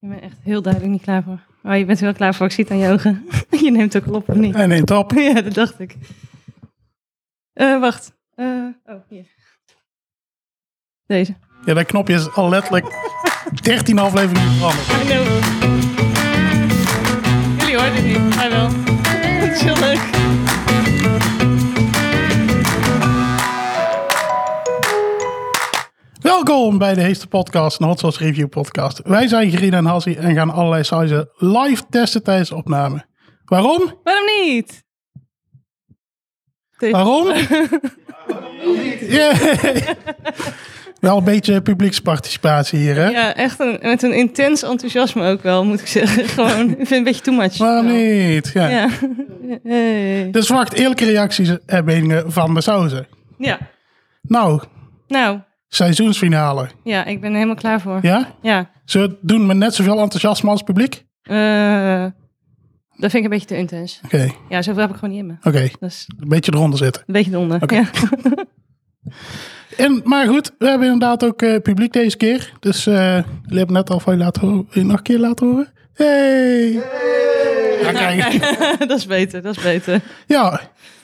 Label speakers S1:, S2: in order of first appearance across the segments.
S1: Je bent echt heel duidelijk niet klaar voor. Oh, je bent er wel klaar voor. Ik zie het aan je ogen. Je neemt ook al op, of niet?
S2: Hij neemt op.
S1: Ja, dat dacht ik. Wacht. Hier. Deze.
S2: Ja, dat knopje is al letterlijk 13 afleveringen veranderd.
S1: I know. Jullie hoorden het niet. Hij wel. Het is heel leuk.
S2: Welkom bij de Heeste Podcast, een Hot Sauce Review podcast. Wij zijn Gerine en Hassie en gaan allerlei sauzen live testen tijdens de opname. Waarom?
S1: Waarom niet?
S2: Waarom? Yeah. Wel een beetje publieksparticipatie hier, hè?
S1: Ja, echt met een intens enthousiasme ook wel, moet ik zeggen. Gewoon, ik vind het een beetje too much.
S2: Waarom niet? Ja.
S1: Ja. Hey.
S2: Dus wacht, eerlijke reacties van de sauzen.
S1: Ja.
S2: Nou, seizoensfinale.
S1: Ja, ik ben er helemaal klaar voor.
S2: Ja?
S1: Ja.
S2: Zullen we het doen met net zoveel enthousiasme als het publiek?
S1: Dat vind ik een beetje te intens.
S2: Oké.
S1: Ja, zoveel heb ik gewoon niet in me.
S2: Oké.
S1: Dus
S2: Een beetje eronder zitten.
S1: een beetje eronder.
S2: Oké.
S1: Ja.
S2: Maar goed, we hebben inderdaad ook publiek deze keer. Dus jullie hebben net al van je laten horen. Wil je nog een keer laten horen? Hey! Ja, kijk.
S1: Dat is beter, dat is beter.
S2: Ja.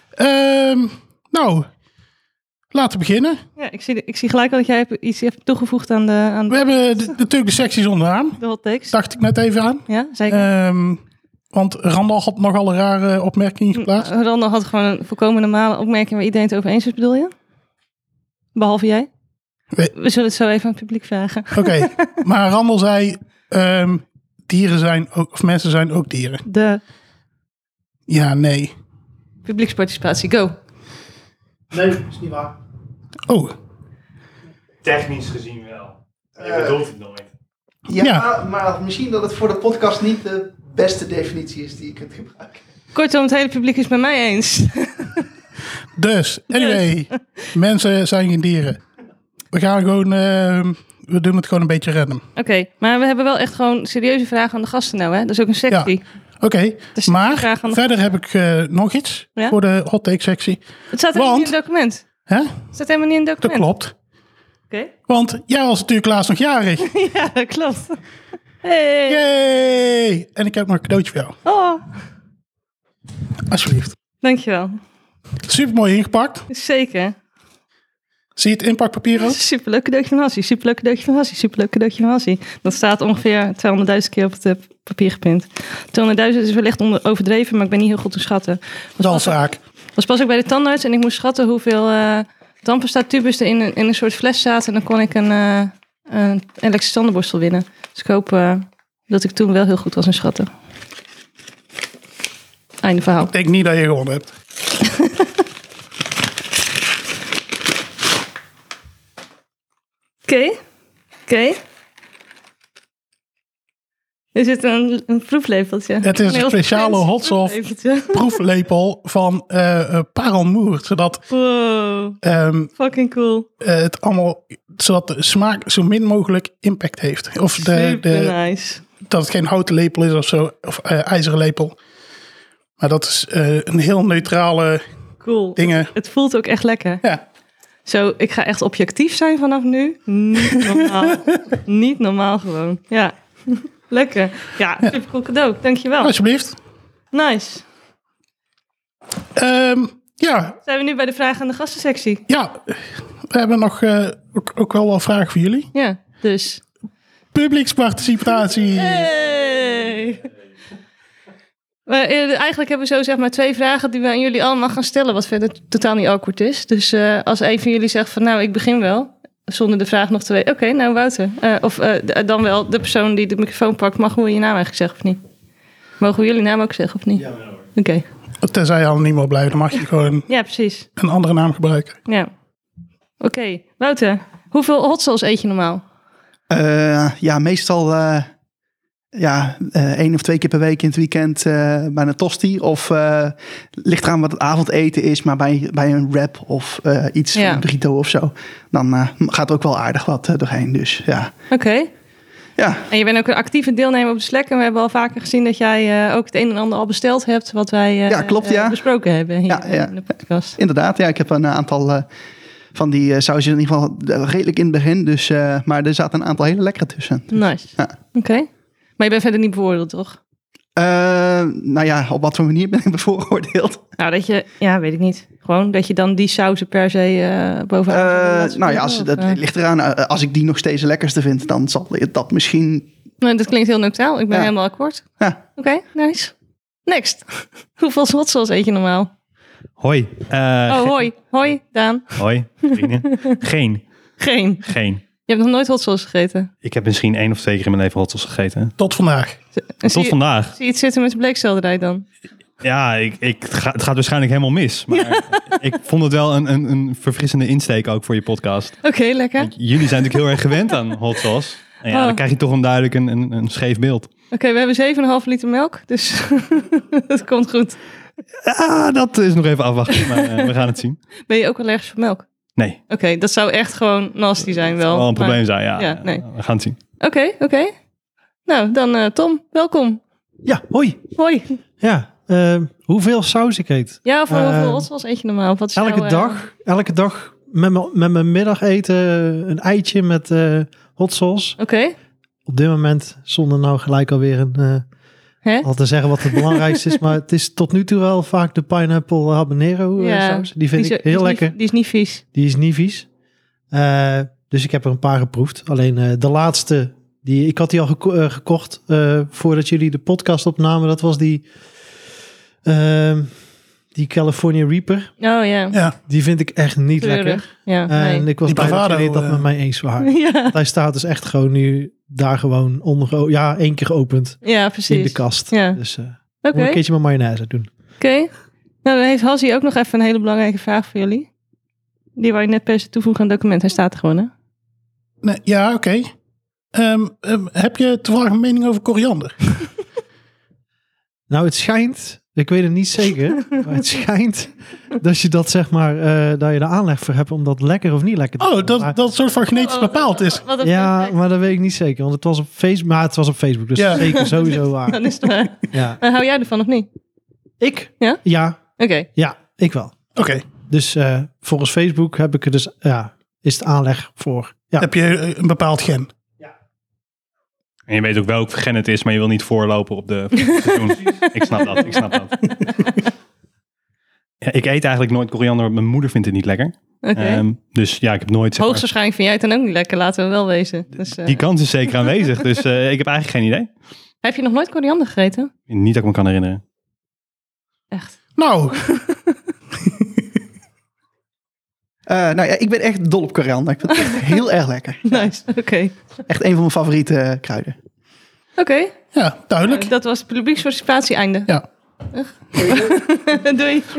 S2: Nou, laten we beginnen.
S1: Ja, ik zie gelijk al dat jij iets hebt toegevoegd aan de
S2: We hebben natuurlijk de secties onderaan.
S1: de hot takes.
S2: Dacht ik net even aan.
S1: Ja, zeker.
S2: Want Randal had nogal een rare opmerking geplaatst.
S1: Randall had gewoon een volkomen normale opmerking waar iedereen het over eens is, bedoel je? Behalve jij? We zullen het zo even aan het publiek vragen.
S2: Oké, maar Randal zei, dieren zijn ook, of mensen zijn ook dieren. Ja, nee.
S1: Publieksparticipatie, go.
S3: Nee, dat is niet waar.
S2: Oh,
S3: Technisch gezien wel. Je bedoelt het nooit.
S4: Ja. Maar misschien dat het voor de podcast niet de beste definitie is die je kunt gebruiken.
S1: Kortom, het hele publiek is met mij eens.
S2: dus, anyway, mensen zijn geen dieren. We gaan gewoon, we doen het gewoon een beetje random.
S1: Oké, maar we hebben wel echt gewoon serieuze vragen aan de gasten nou, hè? Dat is ook een sectie.
S2: Ja. Oké,
S1: Dus
S2: maar
S1: vraag aan de-
S2: verder heb ik nog iets
S1: Ja?
S2: voor de hot take sectie.
S1: Het staat helemaal
S2: Want-
S1: niet in het document.
S2: Hè?
S1: Het staat helemaal niet in het
S2: Dat
S1: document.
S2: klopt.
S1: Oké.
S2: Want jij was natuurlijk laatst nog jarig.
S1: Ja, dat klopt. Hey.
S2: Yay! En ik heb nog een cadeautje voor jou.
S1: Oh,
S2: Alsjeblieft.
S1: dankjewel.
S2: Super mooi ingepakt.
S1: Zeker.
S2: Zie je het inpakpapier ook?
S1: Superleuk cadeautje van Hassie. Superleuk cadeautje van Hassie. Superleuk cadeautje van Hassie. Dat staat ongeveer 200.000 keer op het papier gepind. 200.000 is wellicht overdreven, maar ik ben niet heel goed in schatten.
S2: Dat is vaak.
S1: Was pas ook bij de tandarts en ik moest schatten hoeveel tandpasta tubus er in een soort fles zaten. En dan kon ik een elektrische tandenborstel winnen. Dus ik hoop dat ik toen wel heel goed was in schatten. Einde verhaal.
S2: Ik denk niet dat je gewonnen hebt.
S1: Oké. Er zit een proeflepeltje.
S2: Het is een
S1: heel
S2: speciale
S1: fancy
S2: hot sauce
S1: proeflepeltje.
S2: proeflepel van Parelmoer. Zodat,
S1: Wow, fucking cool.
S2: het allemaal, zodat de smaak zo min mogelijk impact heeft. Of
S1: Super nice.
S2: dat het geen houten lepel is of zo. Of ijzeren lepel. Maar dat is een heel neutrale
S1: Cool.
S2: dingen.
S1: Het voelt ook echt lekker.
S2: Ja.
S1: Zo, ik ga echt objectief zijn vanaf nu. Niet normaal. Niet normaal gewoon. Ja. Lekker. Ja, super cool cadeau. Dankjewel.
S2: Alsjeblieft.
S1: Nice.
S2: Ja,
S1: Zijn we nu bij de vragen aan de gastensectie?
S2: ja, we hebben nog ook wel wat vragen voor jullie.
S1: Ja, dus.
S2: Publieksparticipatie.
S1: Hey. Maar, eigenlijk hebben we zo zeg maar 2 vragen die we aan jullie allemaal gaan stellen. Wat verder totaal niet awkward is. Dus als een van jullie zegt van nou, ik begin wel. Zonder de vraag nog te weten. Oké, nou Wouter. Dan wel de persoon die de microfoon pakt. Mag we je naam eigenlijk zeggen of niet? Mogen we jullie naam ook zeggen of niet?
S3: Ja, hoor.
S1: Oké.
S2: Tenzij je anoniem wil blijven, dan mag je gewoon
S1: Ja, precies.
S2: een andere naam gebruiken.
S1: Ja. Oké. Wouter. Hoeveel hot sauce eet je normaal?
S4: Ja, meestal 1 of 2 keer per week in het weekend bij een tosti. Of ligt eraan wat het avondeten is, maar bij een wrap of iets
S1: Ja.
S4: van burrito of zo. Dan gaat ook wel aardig wat doorheen. Dus ja.
S1: Oké.
S4: Ja.
S1: En je bent ook een actieve deelnemer op de Slack. En we hebben al vaker gezien dat jij ook het een en ander al besteld hebt. Wat wij
S4: Ja, klopt, ja.
S1: besproken hebben hier
S4: Ja.
S1: in de podcast.
S4: Inderdaad, ja, ik heb een aantal van die sausen in ieder geval redelijk in het begin. Dus, maar er zaten een aantal hele lekkere tussen. Dus,
S1: Nice.
S4: ja.
S1: Oké. Maar je bent verder niet bevoordeeld, toch?
S4: Nou ja, op wat voor manier ben ik bevooroordeeld?
S1: Nou, dat je... Ja, weet ik niet. Gewoon dat je dan die sauzen per se bovenaan...
S4: Nou ja, dat ligt eraan. Als ik die nog steeds de lekkerste vind, dan zal dat misschien...
S1: Nou, dat klinkt heel neutraal. Ik ben helemaal akkoord.
S4: Ja.
S1: Oké, nice. Next. Hoeveel hot sauce eet je normaal?
S5: Hoi.
S1: Hoi. Hoi, Daan.
S5: Hoi, vrienden. Geen.
S1: Je hebt nog nooit hot sauce gegeten?
S5: Ik heb misschien 1 of 2 keer in mijn leven hot sauce gegeten.
S2: Tot vandaag.
S5: Tot vandaag.
S1: Zie je het zitten met de bleekselderij dan?
S5: Ja, het gaat waarschijnlijk helemaal mis. Maar ik vond het wel een verfrissende insteek ook voor je podcast.
S1: Oké, lekker.
S5: Want jullie zijn natuurlijk heel erg gewend aan hot sauce. En ja, dan krijg je toch duidelijk een scheef beeld.
S1: Oké, we hebben 7,5 liter melk, dus dat komt goed.
S5: Ja, dat is nog even afwachten, maar we gaan het zien.
S1: Ben je ook allergisch voor melk?
S5: Nee.
S1: Oké, dat zou echt gewoon nasty zijn wel.
S5: Dat zal wel een probleem zijn, ja.
S1: Nee.
S5: We gaan het zien.
S1: Oké. Nou, dan Tom, welkom.
S6: Ja, hoi.
S1: Hoi.
S6: Ja, hoeveel saus ik eet?
S1: Ja, voor hoeveel hot sauce eet je normaal? Wat is
S6: Elke dag met mijn middageten een eitje met hot sauce.
S1: Oké.
S6: Op dit moment, zonder nou gelijk alweer al te zeggen wat het belangrijkste is, maar het is tot nu toe wel vaak de pineapple habanero saus. Die vind ik heel lekker.
S1: Die is niet vies.
S6: Die is niet vies. Dus ik heb er een paar geproefd. Alleen de laatste, ik had die al gekocht voordat jullie de podcast opnamen. Dat was die California Reaper.
S1: Oh ja.
S6: Die vind ik echt niet lekker.
S1: Ja,
S6: en ik was blij dat jullie dat met mij eens waren.
S1: Ja.
S6: Hij staat dus echt gewoon nu daar gewoon onder, 1 keer geopend.
S1: Ja, precies.
S6: In de kast.
S1: Ja.
S6: Dus moet een keertje met mayonaise doen.
S1: Oké. Nou, dan heeft Hassie ook nog even een hele belangrijke vraag voor jullie. Die wou je net per se toevoegen aan het document. Hij staat er gewoon, hè?
S2: Nee, ja, oké. Heb je toevallig een mening over koriander?
S6: Nou, het schijnt, ik weet het niet zeker, maar het schijnt dat je dat zeg maar, dat je de aanleg voor hebt om dat lekker of niet lekker te doen.
S2: Dat het soort van genetisch bepaald is.
S6: Ja, maar dat weet ik niet zeker, want het was op Facebook, maar het was op Facebook, dus zeker sowieso waar.
S1: Dan is het waar.
S6: Ja.
S1: Hou jij ervan of niet?
S6: Ik?
S1: Ja?
S6: Ja.
S1: Oké.
S6: Ja, ik wel.
S2: Oké.
S6: Dus volgens Facebook heb ik er dus, is het aanleg voor. Ja.
S2: Heb je een bepaald gen?
S5: En je weet ook welk gen het is, maar je wil niet voorlopen op de seizoen. Ik snap dat. Ja, ik eet eigenlijk nooit koriander, want mijn moeder vindt het niet lekker.
S1: Oké.
S5: Dus ja, ik heb nooit...
S1: Hoogstwaarschijnlijk vind jij het dan ook niet lekker, laten we wel wezen. Dus,
S5: Die kans is zeker aanwezig, dus ik heb eigenlijk geen idee.
S1: Heb je nog nooit koriander gegeten?
S5: Niet dat ik me kan herinneren.
S1: Echt?
S2: Nou...
S4: Nou ja, ik ben echt dol op koriander. Ik vind het echt heel erg lekker.
S1: Nice, oké.
S4: Echt een van mijn favoriete kruiden.
S1: Oké.
S2: Ja, duidelijk.
S1: Dat was de publieksparticipatie einde.
S2: Ja.
S1: Doei.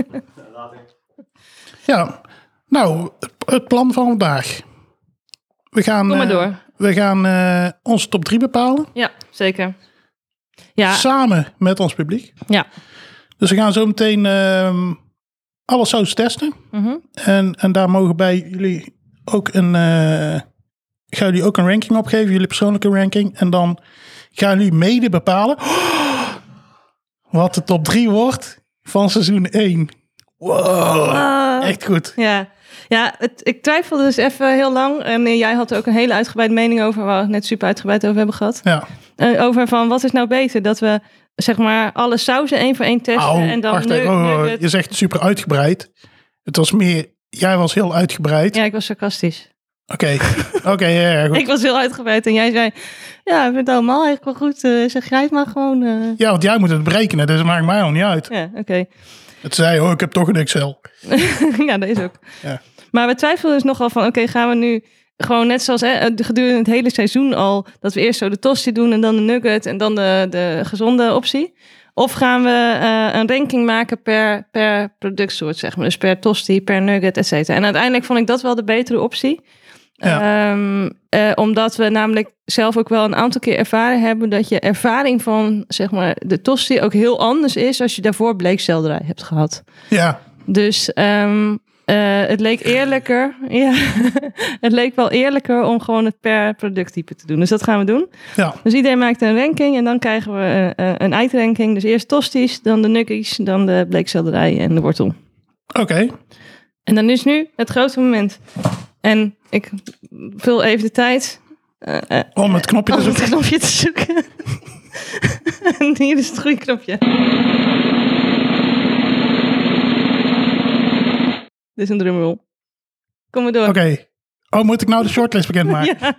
S2: Ja, nou, het plan van vandaag. We gaan,
S1: Kom maar door.
S2: We gaan onze top 3 bepalen.
S1: Ja, zeker. Ja.
S2: Samen met ons publiek.
S1: Ja.
S2: Dus we gaan zo meteen alle saus testen.
S1: Mm-hmm.
S2: En daar mogen bij jullie ook ik ga jullie ook een ranking opgeven, jullie persoonlijke ranking. En dan gaan jullie mede bepalen wat de top 3 wordt van seizoen 1. Wow, echt goed.
S1: Ja, ik twijfelde dus even heel lang. En jij had er ook een hele uitgebreide mening over, waar we het net super uitgebreid over hebben gehad.
S2: Ja.
S1: Over van, wat is nou beter? Dat we, zeg maar, alle sauzen 1 voor 1 testen. En dan
S2: wacht even. Je zegt super uitgebreid. Het was meer, jij was heel uitgebreid.
S1: Ja, ik was sarcastisch.
S2: Oké, ja, goed.
S1: Ik was heel uitgebreid en jij zei, ja, ik vind het allemaal eigenlijk wel goed. Zeg jij het maar gewoon.
S2: Ja, want jij moet het berekenen, dus dat maakt mij al niet uit.
S1: Ja, oké.
S2: Het zei, ik heb toch een Excel.
S1: Ja, dat is ook.
S2: Ja.
S1: Maar we twijfelen dus nogal van, oké, gaan we nu gewoon net zoals gedurende het hele seizoen al, dat we eerst zo de tosti doen en dan de nugget en dan de gezonde optie? Of gaan we een ranking maken per productsoort, zeg maar. Dus per tosti, per nugget, et cetera. En uiteindelijk vond ik dat wel de betere optie. Ja. Omdat we namelijk zelf ook wel een aantal keer ervaren hebben dat je ervaring van, zeg maar, de tosti ook heel anders is als je daarvoor bleekselderij hebt gehad.
S2: Ja.
S1: Dus het leek eerlijker. Ja, het leek wel eerlijker om gewoon het per producttype te doen. Dus dat gaan we doen.
S2: Ja.
S1: Dus iedereen maakt een ranking en dan krijgen we een eindranking. Dus eerst tosties, dan de nuggies, dan de bleekselderij en de wortel.
S2: Oké.
S1: En dan is nu het grote moment. En ik vul even de tijd.
S2: Om het knopje te zoeken.
S1: Om het knopje te zoeken. En hier is het goede knopje. Dit is een drumroll. Kom maar door.
S2: Oké. Oh, moet ik nou de shortlist bekendmaken?
S1: Ja.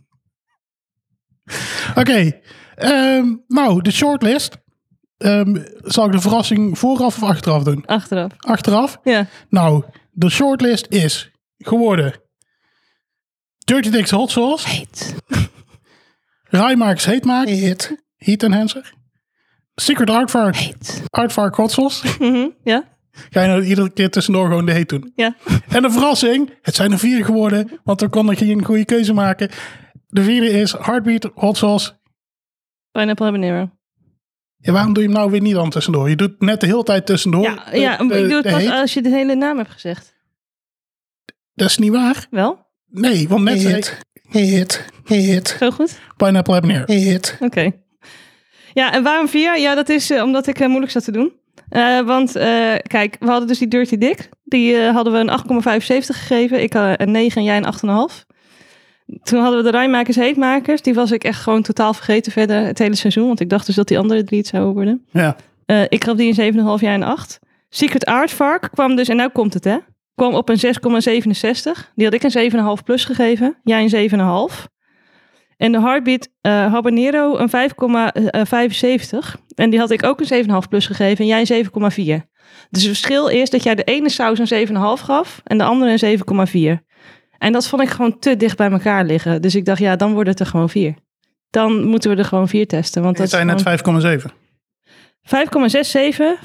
S2: Oké. Nou, de shortlist. Zal ik de verrassing vooraf of achteraf doen?
S1: Achteraf.
S2: Achteraf?
S1: Ja.
S2: Nou, de shortlist is geworden Dirty Dicks Hot Sauce.
S1: Heet.
S2: Rijmakers Heetmaak. Heat Enhancer. Secret Aardvark.
S1: Heet.
S2: Aardvark Hot Sauce.
S1: Ja.
S2: Ga je nou iedere keer tussendoor gewoon de heet doen?
S1: Ja.
S2: En de verrassing, het zijn er 4 geworden, want we konden geen goede keuze maken. De 4e is Heartbeat Hot Sauce.
S1: Pineapple habanero.
S2: Ja, waarom doe je hem nou weer niet dan tussendoor? Je doet net de hele tijd tussendoor.
S1: Ja, ik doe het pas als je de hele naam hebt gezegd.
S2: Dat is niet waar.
S1: Wel?
S2: Nee, want net zei ik...
S1: Zo goed?
S2: Pineapple habanero.
S1: Oké. Ja, en waarom 4? Ja, dat is omdat ik moeilijk zat te doen. Want kijk, we hadden dus die Dirty Dick. Die hadden we een 8,75 gegeven. Ik een 9 en jij een 8,5. Toen hadden we de Rijmakers Heetmakers. Die was ik echt gewoon totaal vergeten verder het hele seizoen. Want ik dacht dus dat die andere 3 het zouden worden.
S2: Ja.
S1: Ik gaf die een 7,5 jaar en 8. Secret Aardvark kwam dus, en nou komt het hè. Kwam op een 6,67. Die had ik een 7,5 plus gegeven. Jij een 7,5. En de Heartbeat Habanero een 5,75. En die had ik ook een 7,5 plus gegeven. En jij een 7,4. Dus het verschil is dat jij de ene saus een 7,5 gaf. En de andere een 7,4. En dat vond ik gewoon te dicht bij elkaar liggen. Dus ik dacht, ja, dan wordt het er gewoon 4. Dan moeten we er gewoon 4 testen. Want
S2: Dat zijn net 5,7.
S1: 5,67,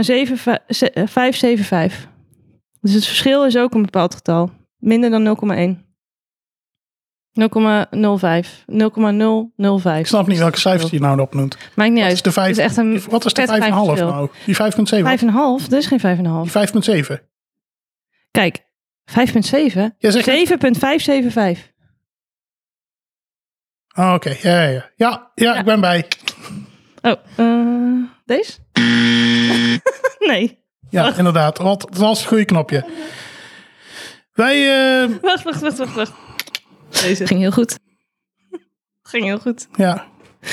S1: 5,75. Dus het verschil is ook een bepaald getal. Minder dan 0,1. 0,05. 0,005.
S2: Ik snap niet welke cijfers je nou opnoemt.
S1: Maakt niet
S2: Wat
S1: uit.
S2: is de 5?
S1: Het is echt een
S2: Wat is de 5,5
S1: vet klein verschil.
S2: nou? Die 5,7?
S1: 5,5? Dat is geen 5,5.
S2: Die 5,7?
S1: Kijk, 5,7?
S2: Ja, zeg het.
S1: 7,575.
S2: Oh, oké. Ja, ik ben bij.
S1: Oh, deze? Nee.
S2: Ja, inderdaad. Dat was het goede knopje. Wij...
S1: Wacht. Deze ging heel goed. Ging heel goed.
S2: Ja.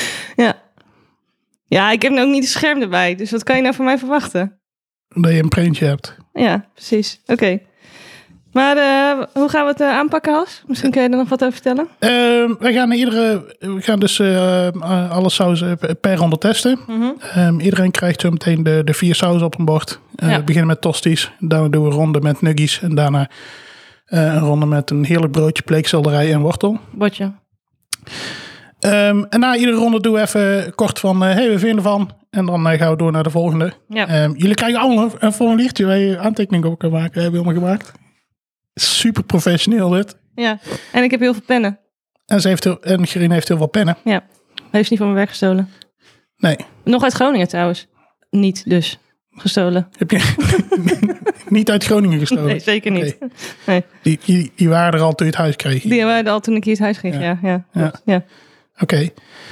S1: Ja, ik heb nu ook niet een scherm erbij. Dus wat kan je nou van mij verwachten?
S2: Dat je een printje hebt.
S1: Ja, precies. Oké. Maar hoe gaan we het aanpakken, Has? Misschien kun je er nog wat over vertellen.
S2: We gaan dus alle sauzen per ronde testen. Iedereen krijgt zo meteen de 4 sauzen op een bord. We beginnen met tosties. Daarna doen we een ronde met nuggies. En daarna een ronde met een heerlijk broodje pleekselderij en wortel.
S1: Bordje.
S2: En na iedere ronde doen we even kort van, hey, we vinden ervan. En dan gaan we door naar de volgende.
S1: Ja.
S2: Jullie krijgen allemaal een formuliertje waar je aantekeningen op kan maken. Hebben we helemaal gemaakt. Super professioneel dit.
S1: Ja, en ik heb heel veel pennen.
S2: En Gerine heeft heel veel pennen.
S1: Ja, heeft niet van mijn werk gestolen.
S2: Nee.
S1: Nog uit Groningen trouwens. Niet dus gestolen.
S2: Heb je niet uit Groningen gestolen?
S1: Nee, zeker niet.
S2: Okay. Nee. Die waren er al toen je het huis kreeg?
S1: Die waren er al toen ik hier het huis kreeg, ja.
S2: Oké.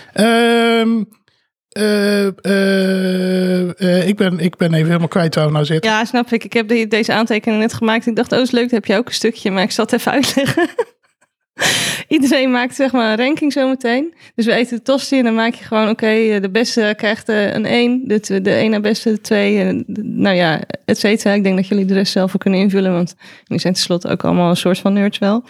S2: Ik ben even helemaal kwijt waar we nou zitten.
S1: Ja, snap ik. Ik heb deze aantekening net gemaakt. Ik dacht, is leuk, heb je ook een stukje. Maar ik zal het even uitleggen. Iedereen maakt zeg maar een ranking zometeen. Dus we eten de tosti en dan maak je gewoon... de beste krijgt een 1. De 1 naar beste, de 2. Nou ja, et cetera. Ik denk dat jullie de rest zelf ook kunnen invullen. Want jullie zijn tenslotte ook allemaal een soort van nerds wel.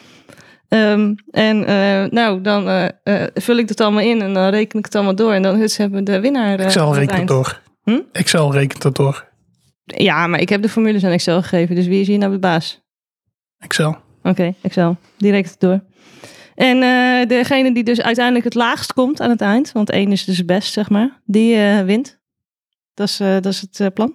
S1: Dan vul ik dat allemaal in en dan reken ik het allemaal door. En dan hebben we de winnaar.
S2: Excel rekent het door. Excel rekent het door.
S1: Ja, maar ik heb de formules aan Excel gegeven. Dus wie is hier nou de baas?
S2: Excel.
S1: Oké, Excel. Die rekent het door. En degene die dus uiteindelijk het laagst komt aan het eind. Want 1 is dus het best, zeg maar. Die wint. Dat is het plan.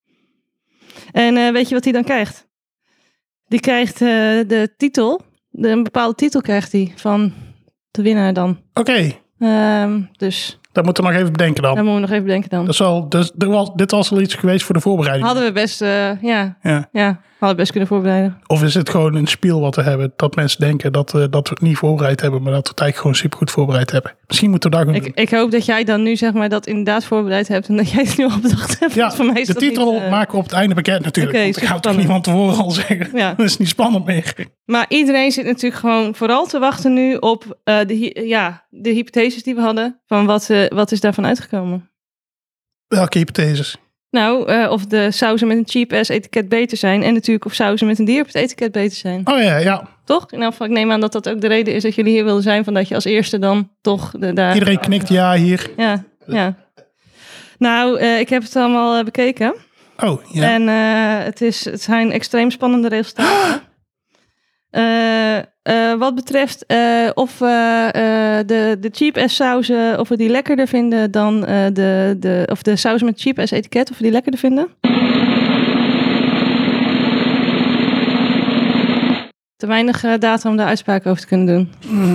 S1: En weet je wat hij dan krijgt? Die krijgt de titel... Een bepaalde titel krijgt hij van de winnaar dan.
S2: Oké.
S1: Dus...
S2: Dat moeten we nog even bedenken dan.
S1: Dat moeten we nog even bedenken dan.
S2: Dit was al iets geweest voor de voorbereiding.
S1: Hadden we best, hadden we best kunnen voorbereiden.
S2: Of is het gewoon een speel wat we hebben? Dat mensen denken dat we het niet voorbereid hebben, maar dat we het eigenlijk gewoon supergoed voorbereid hebben. Misschien moeten we daar gewoon doen.
S1: Ik hoop dat jij dan nu zeg maar dat inderdaad voorbereid hebt en dat jij het nu al bedacht hebt.
S2: Ja,
S1: voor mij is
S2: de
S1: dat
S2: titel
S1: niet,
S2: maken we op het einde bekend natuurlijk. Want ik ga het toch niet van tevoren al zeggen.
S1: Ja.
S2: Dat is niet spannend meer.
S1: Maar iedereen zit natuurlijk gewoon vooral te wachten nu op de hypotheses die we hadden. Van wat is daarvan uitgekomen?
S2: Welke hypotheses?
S1: Nou, of de sauzen met een cheap ass etiket beter zijn. En natuurlijk of sauzen met een dier op het etiket beter zijn.
S2: Oh ja.
S1: Toch? In ieder geval, ik neem aan dat dat ook de reden is dat jullie hier wilden zijn. Van dat je als eerste dan toch daar...
S2: Iedereen knikt ja hier.
S1: Ja. Nou, ik heb het allemaal bekeken.
S2: Oh, ja.
S1: En het zijn extreem spannende resultaten. Wat betreft of de cheap ass sauzen, of we die lekkerder vinden dan of de sauzen met cheap ass etiket, of we die lekkerder vinden. Te weinig data om daar uitspraken over te kunnen doen.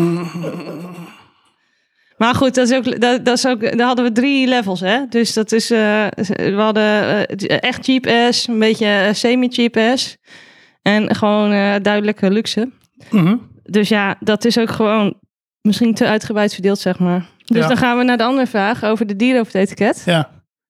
S1: Maar goed, dat is ook, daar hadden we 3 levels, hè? Dus dat is, we hadden echt cheap ass, een beetje semi-cheap ass en gewoon duidelijke luxe. Mm-hmm. Dus ja, dat is ook gewoon misschien te uitgebreid verdeeld, zeg maar. Dus dan gaan we naar de andere vraag over de dieren op het etiket.
S2: Ja.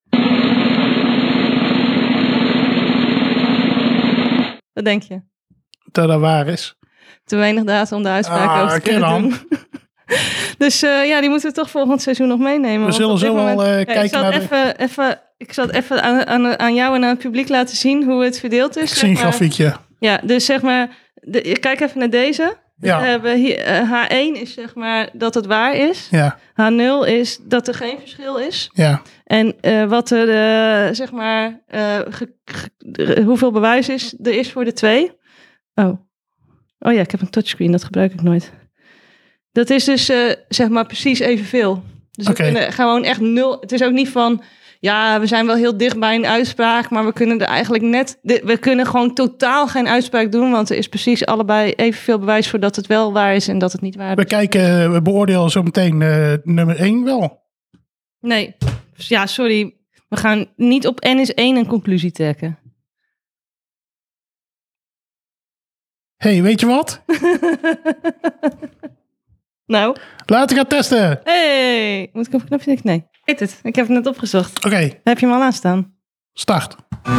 S1: Wat denk je?
S2: Dat waar is.
S1: Te weinig data om de uitspraak over te kunnen doen. Dus die moeten we toch volgend seizoen nog meenemen.
S2: We zullen zo wel kijken naar
S1: ik zal het even aan jou en aan het publiek laten zien hoe het verdeeld is.
S2: Ik zie een grafiekje.
S1: Ja, dus zeg maar, kijk even naar deze.
S2: Ja.
S1: We hebben hier, H1 is zeg maar dat het waar is.
S2: Ja.
S1: H0 is dat er geen verschil is.
S2: Ja.
S1: En wat er, zeg maar, hoeveel bewijs er is voor de 2. Oh ja, ik heb een touchscreen, dat gebruik ik nooit. Dat is dus, zeg maar, precies evenveel. Dus we kunnen gewoon echt 0. Het is ook niet van, ja, we zijn wel heel dicht bij een uitspraak, maar we kunnen er eigenlijk we kunnen gewoon totaal geen uitspraak doen, want er is precies allebei evenveel bewijs voor dat het wel waar is en dat het niet waar is.
S2: We beoordelen zo meteen nummer 1 wel.
S1: Nee, ja, sorry. We gaan niet op N is 1 een conclusie trekken.
S2: Hey, weet je wat?
S1: Nou?
S2: Laten we gaan testen.
S1: Hey, moet ik op een knopje drukken? Nee, ik weet het. Ik heb het net opgezocht.
S2: Oké.
S1: Heb je hem al aanstaan?
S2: Start.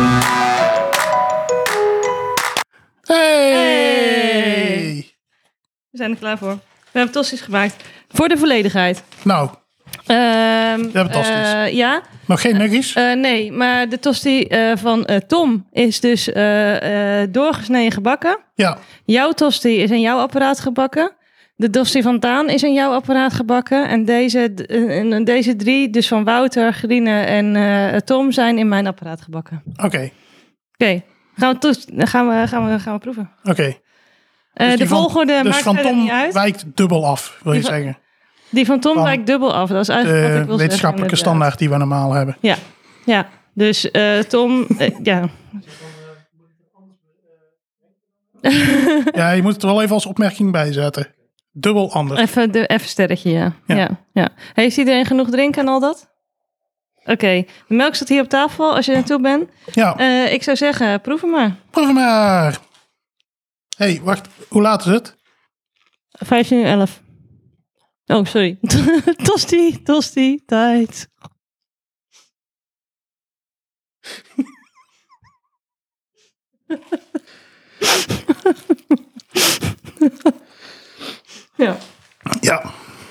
S2: Hey!
S1: We zijn er klaar voor. We hebben tosti's gemaakt. Voor de volledigheid.
S2: Nou, we hebben tosti's.
S1: Ja.
S2: Nog geen nuggies?
S1: Nee, maar de tosti van Tom is dus doorgesneden gebakken.
S2: Ja.
S1: Jouw tosti is in jouw apparaat gebakken. De tosti van Daan is in jouw apparaat gebakken. En deze 3, dus van Wouter, Grine en Tom, zijn in mijn apparaat gebakken.
S2: Oké.
S1: Gaan we proeven.
S2: Oké.
S1: Dus de volgorde maakt
S2: van
S1: verder
S2: Tom
S1: niet uit.
S2: wijkt dubbel af, wil je zeggen?
S1: Die van Tom wijkt dubbel af. Dat is eigenlijk wat ik wil
S2: de wetenschappelijke
S1: zeggen,
S2: standaard die we normaal hebben.
S1: Ja. Dus Tom, ja.
S2: Ja, je moet het er wel even als opmerking bij zetten. Dubbel anders.
S1: Even sterretje, ja. Heeft iedereen genoeg drinken en al dat? Oké, de melk staat hier op tafel als je naartoe bent.
S2: Ja.
S1: Ik zou zeggen, proef hem maar.
S2: Proef hem maar. Hey, wacht. Hoe laat is het?
S1: 15:11. Oh, sorry. Tosti, tijd.
S2: Ja.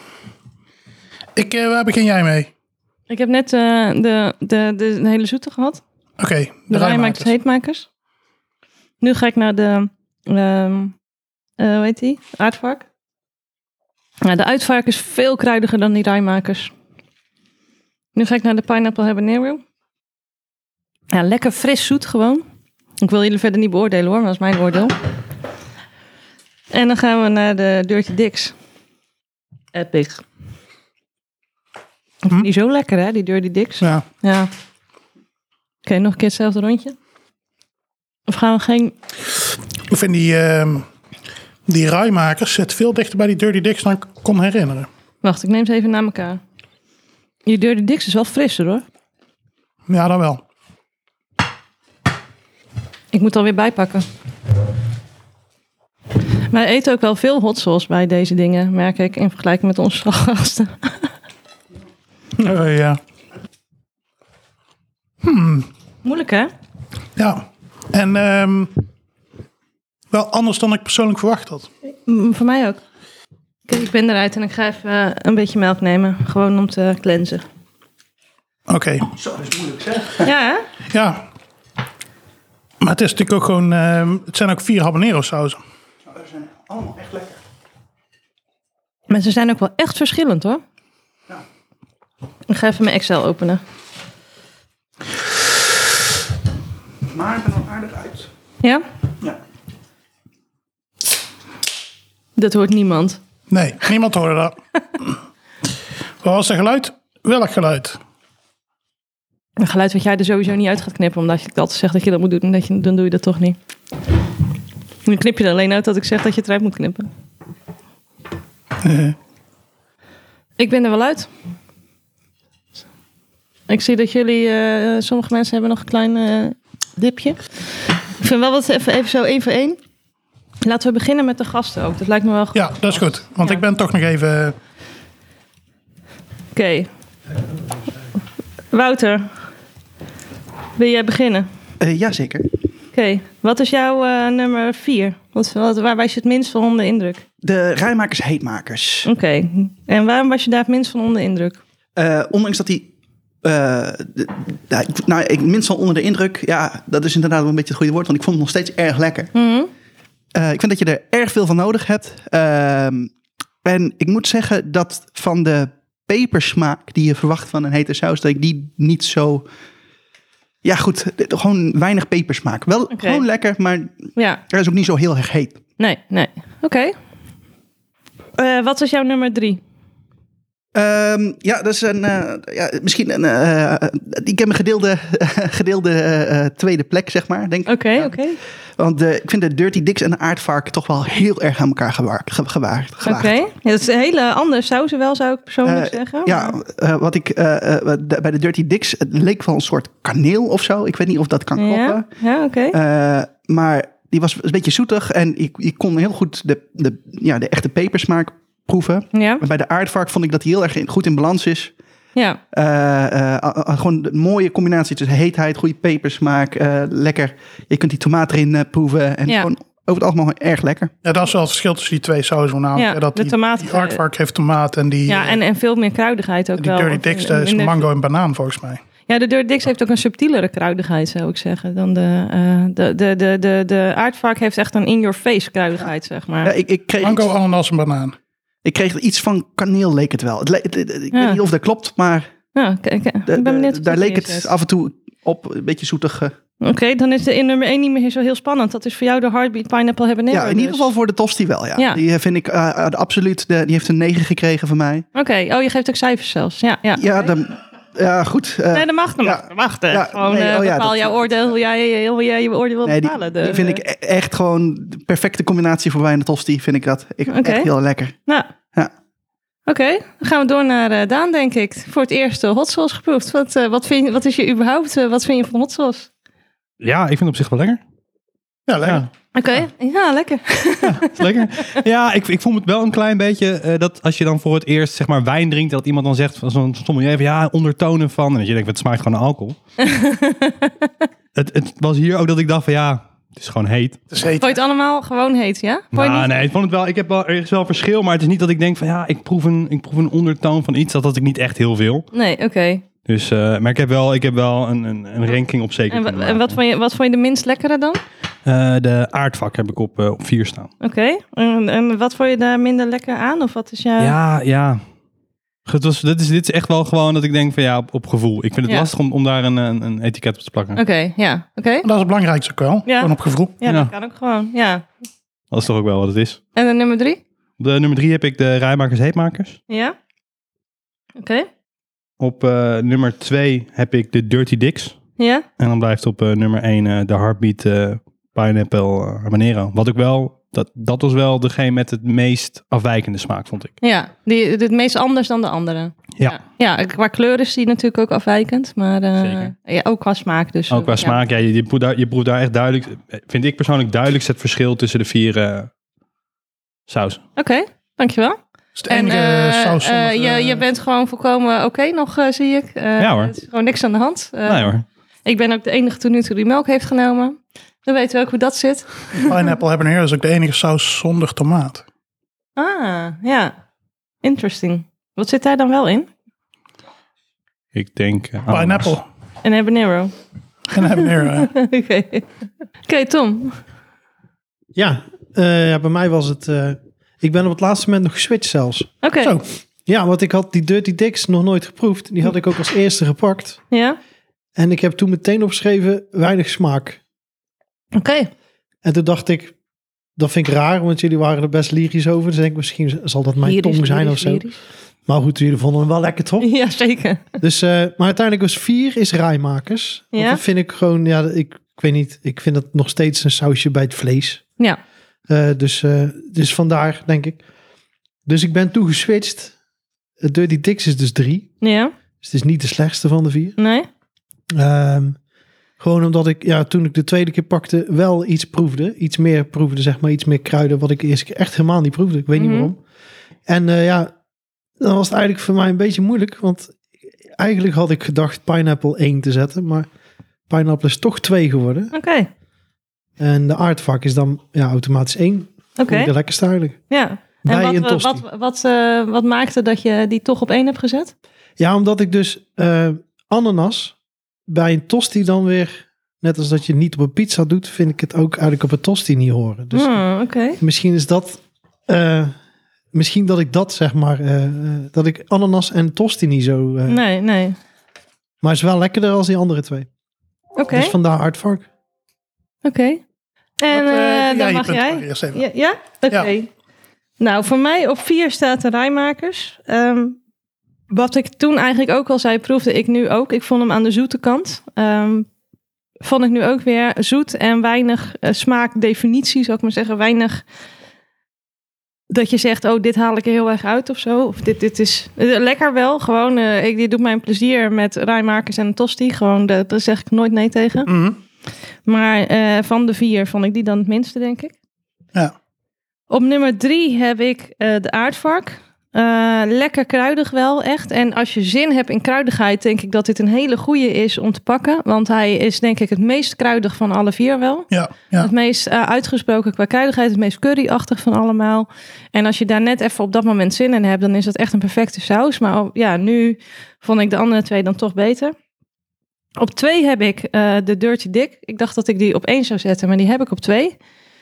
S2: Waar begin jij mee?
S1: Ik heb net de hele zoete gehad.
S2: Oké,
S1: de rijmakers, heetmakers. Nu ga ik naar de, hoe heet die? Aardvark. Nou, de uitvark is veel kruidiger dan die rijmakers. Nu ga ik naar de pineapple habanero. Ja, lekker fris zoet gewoon. Ik wil jullie verder niet beoordelen hoor, maar dat is mijn oordeel. En dan gaan we naar de Dirty Dicks. Epic. Niet zo lekker hè, die Dirty Dicks.
S2: Ja.
S1: Oké, nog een keer hetzelfde rondje. Of gaan we geen...
S2: Ik vind die rijmakers zit veel dichter bij die Dirty Dicks dan ik kon herinneren.
S1: Wacht, ik neem ze even naar elkaar. Die Dirty Dicks is wel frisser hoor.
S2: Ja, dan wel.
S1: Ik moet alweer bijpakken. Wij eten ook wel veel hot sauce bij deze dingen, merk ik, in vergelijking met onze gasten.
S2: Ja.
S1: Moeilijk hè?
S2: Ja. En wel anders dan ik persoonlijk verwacht had.
S1: Voor mij ook. Kijk, ik ben eruit en ik ga even een beetje melk nemen. Gewoon om te cleansen.
S2: Oké.
S4: Zo, dat is moeilijk zeg.
S1: Ja, hè?
S2: Ja. Maar het is natuurlijk ook gewoon... het zijn ook 4 habanero sauzen.
S4: Nou, ze zijn allemaal echt lekker.
S1: Maar ze zijn ook wel echt verschillend, hoor.
S4: Ja.
S1: Ik ga even mijn Excel openen.
S4: Maar ik ben er aardig uit.
S1: Ja?
S4: Ja.
S1: Dat hoort niemand.
S2: Nee, niemand hoorde dat. Wat was het geluid? Welk geluid?
S1: Een geluid wat jij er sowieso niet uit gaat knippen, omdat je altijd zegt dat je dat moet doen, en dan doe je dat toch niet. Dan knip je er alleen uit dat ik zeg dat je het eruit moet knippen. Ik ben er wel uit. Ik zie dat jullie, sommige mensen hebben nog een klein dipje. Ik vind wel wat even zo 1 voor 1. Laten we beginnen met de gasten ook. Dat lijkt me wel goed.
S2: Ja, dat is goed. Want
S1: Ja.
S2: ik ben toch nog even...
S1: Oké. Wouter, wil jij beginnen?
S4: Jazeker.
S1: Oké. Wat is jouw nummer 4? Waar was je het minst van onder indruk?
S4: De rijmakers heetmakers.
S1: Oké. En waarom was je daar het minst van onder indruk?
S4: Ondanks dat hij... ik minst van onder de indruk. Ja, dat is inderdaad wel een beetje het goede woord. Want ik vond het nog steeds erg lekker.
S1: Mhm.
S4: Ik vind dat je er erg veel van nodig hebt. En ik moet zeggen dat van de pepersmaak die je verwacht van een hete saus, dat ik die niet zo... Ja goed, gewoon weinig pepersmaak. Wel gewoon lekker, maar
S1: Ja.
S4: er is ook niet zo heel erg heet.
S1: Nee. Oké. Wat is jouw nummer 3?
S4: Ja, dat is misschien een... ik heb een gedeelde tweede plek, zeg maar, denk ik.
S1: Oké.
S4: Want ik vind de Dirty Dicks en de aardvark toch wel heel erg aan elkaar gewaagd.
S1: Oké. Ja, dat is een hele andere sauzen wel, zou ik persoonlijk zeggen.
S4: Ja, wat ik bij de Dirty Dicks, het leek wel een soort kaneel of zo. Ik weet niet of dat kan kloppen.
S1: Ja, oké.
S4: Maar die was een beetje zoetig en ik kon heel goed de echte pepersmaak proeven.
S1: Ja.
S4: Maar bij de aardvark vond ik dat die heel erg goed in balans is.
S1: Ja.
S4: Gewoon een mooie combinatie tussen heetheid, goede pepersmaak, lekker. Je kunt die tomaat erin proeven en gewoon over het algemeen erg lekker.
S2: Ja, dat is wel het verschil tussen die 2 sauzen voornamelijk.
S1: Ja,
S2: Dat
S1: de tomaat-
S2: die aardvark heeft tomaat en die...
S1: Ja, en veel meer kruidigheid ook
S2: die
S1: wel.
S2: Dirty Dicks, dat is mango en banaan volgens mij.
S1: Ja, de Dirty Dicks heeft ook een subtielere kruidigheid, zou ik zeggen. Dan de aardvark heeft echt een in-your-face kruidigheid, zeg maar.
S4: Ja, ik kreeg
S2: Mango, ananas en banaan.
S4: Ik kreeg iets van kaneel, leek het wel. Ik weet niet of dat klopt, maar
S1: Ja, ik ben benieuwd.
S4: daar leek het af en toe op. Een beetje zoetig.
S1: Oké, dan is de in nummer 1 niet meer zo heel spannend. Dat is voor jou de Heartbeat Pineapple Habanero.
S4: Ja, in ieder geval voor de tosti wel, ja.
S1: Ja.
S4: Die vind ik absoluut, die heeft een 9 gekregen van mij.
S1: Oké, je geeft ook cijfers zelfs. Ja.
S4: Ja, goed.
S1: Nee, dat mag.
S4: Ja,
S1: Gewoon
S4: nee,
S1: bepaal jouw oordeel, hoe jij je oordeel wilt bepalen.
S4: Die vind ik echt gewoon de perfecte combinatie voor mij en de tosti, vind ik dat. Echt heel lekker.
S1: Nou,
S4: ja.
S1: Oké, dan gaan we door naar Daan, denk ik. Voor het eerst hot sauce geproefd. Wat is je überhaupt, wat vind je van hot sauce?
S5: Ja, ik vind het op zich wel lekker.
S2: Ja, lekker.
S5: Ja.
S1: Oké, ja, lekker.
S5: Ja, is lekker. Ja, ik voel het wel een klein beetje dat als je dan voor het eerst zeg maar wijn drinkt, dat iemand dan zegt van zo'n sommelier even ja, ondertonen van. En dat je denkt, het smaakt gewoon naar alcohol. het was hier ook dat ik dacht van ja, het is gewoon heet.
S2: Het is heet.
S1: Vond je het allemaal gewoon heet, ja?
S5: Nee, ik vond het wel. Er is wel verschil, maar het is niet dat ik denk van ja, ik proef een ondertoon van iets. Dat had ik niet echt heel veel.
S1: Nee, oké.
S5: Dus, maar ik heb wel een ranking op zeker.
S1: En wat vond je de minst lekkere dan?
S5: De aardvak heb ik op 4 staan.
S1: Oké. En wat vond je daar minder lekker aan? Of wat is jouw...
S5: Ja. Dit is echt wel gewoon dat ik denk van ja, op gevoel. Ik vind het lastig om daar een etiket op te plakken.
S1: Oké.
S2: Dat is het belangrijkste ook wel.
S1: Ja.
S2: Gewoon op gevoel.
S1: Ja, dat kan ook gewoon, ja.
S5: Dat is toch ook wel wat het is.
S1: En de nummer 3?
S5: Op de nummer 3 heb ik de rijmakers heetmakers.
S1: Ja. Oké.
S5: Op nummer 2 heb ik de Dirty Dicks.
S1: Ja.
S5: En dan blijft op nummer 1 de Heartbeat Pineapple Habanero. Wat ik wel, dat was wel degene met het meest afwijkende smaak, vond ik.
S1: Ja, het meest anders dan de andere. Ja, qua kleur is die natuurlijk ook afwijkend. Maar ja, ook qua smaak dus.
S5: Ook qua smaak, ja, je proeft daar echt duidelijk, vind ik persoonlijk duidelijkst het verschil tussen de 4 sausen.
S1: Oké, dankjewel.
S2: Is het enige saus zonder,
S1: je bent gewoon volkomen oké nog, zie ik.
S5: Ja hoor.
S1: Er is gewoon niks aan de hand.
S5: Nee hoor.
S1: Ik ben ook de enige tot nu toe die melk heeft genomen. Dan weten we ook hoe dat zit.
S2: Pineapple habanero is ook de enige saus zonder tomaat.
S1: Ah, ja. Interesting. Wat zit daar dan wel in?
S5: Ik denk...
S2: Pineapple.
S1: En habanero.
S2: En habanero.
S1: Oké, Tom.
S6: Ja, bij mij was het... ik ben op het laatste moment nog geswitcht zelfs.
S1: Oké.
S2: Zo.
S6: Ja, want ik had die Dirty Dicks nog nooit geproefd. Die had ik ook als eerste gepakt.
S1: Ja?
S6: En ik heb toen meteen opgeschreven, weinig smaak.
S1: Oké.
S6: En toen dacht ik, dat vind ik raar, want jullie waren er best lyrisch over. Dus denk ik, misschien zal dat mijn tong zijn of zo. Maar goed, jullie vonden hem wel lekker, toch?
S1: Ja, zeker.
S6: Dus, maar uiteindelijk was 4 is rijmakers.
S1: Ja.
S6: Dat vind ik gewoon, ja, ik weet niet. Ik vind dat nog steeds een sausje bij het vlees.
S1: Ja.
S6: Dus vandaar, denk ik. Dus ik ben toen geswitcht. Dirty Dicks is dus 3.
S1: Ja.
S6: Dus het is niet de slechtste van de 4.
S1: Nee?
S6: Gewoon omdat ik, toen ik de tweede keer pakte, wel iets proefde. Iets meer proefde, zeg maar. Iets meer kruiden, wat ik de eerste keer echt helemaal niet proefde. Ik weet niet waarom. En dan was het eigenlijk voor mij een beetje moeilijk. Want eigenlijk had ik gedacht Pineapple 1 te zetten. Maar Pineapple is toch 2 geworden.
S1: Oké.
S6: En de aardvark is dan automatisch 1.
S1: Oké.
S6: De lekkerste eigenlijk.
S1: Ja.
S6: Bij
S1: En
S6: een tosti.
S1: wat maakte dat je die toch op 1 hebt gezet?
S6: Ja, omdat ik dus ananas bij een tosti dan weer, net als dat je het niet op een pizza doet, vind ik het ook eigenlijk op een tosti niet horen. Dus misschien is dat, misschien dat ik dat zeg maar, dat ik ananas en tosti niet zo.
S1: Nee.
S6: Maar het is wel lekkerder als die andere 2.
S1: Oké.
S6: Dus vandaar aardvark.
S1: Oké. En dan mag jij. Ja? Oké.
S2: Ja.
S1: Nou, voor mij op 4 staat de rijmakers. Wat ik toen eigenlijk ook al zei, proefde ik nu ook. Ik vond hem aan de zoete kant. Vond ik nu ook weer zoet en weinig smaakdefinitie, zou ik maar zeggen. Weinig dat je zegt, oh, dit haal ik er heel erg uit of zo. Of dit is lekker wel. Gewoon, dit doet mij een plezier met rijmakers en een tosti. Gewoon, daar zeg ik nooit nee tegen.
S2: Mm-hmm.
S1: Maar van de 4 vond ik die dan het minste, denk ik.
S2: Ja.
S1: Op nummer 3 heb ik de aardvark. Lekker kruidig wel, echt. En als je zin hebt in kruidigheid, denk ik dat dit een hele goede is om te pakken. Want hij is denk ik het meest kruidig van alle 4 wel.
S2: Ja.
S1: Het meest uitgesproken qua kruidigheid, het meest curryachtig van allemaal. En als je daar net even op dat moment zin in hebt, dan is dat echt een perfecte saus. Maar ja, nu vond ik de andere 2 dan toch beter. Op 2 heb ik de Dirty Dick. Ik dacht dat ik die op 1 zou zetten, maar die heb ik op 2.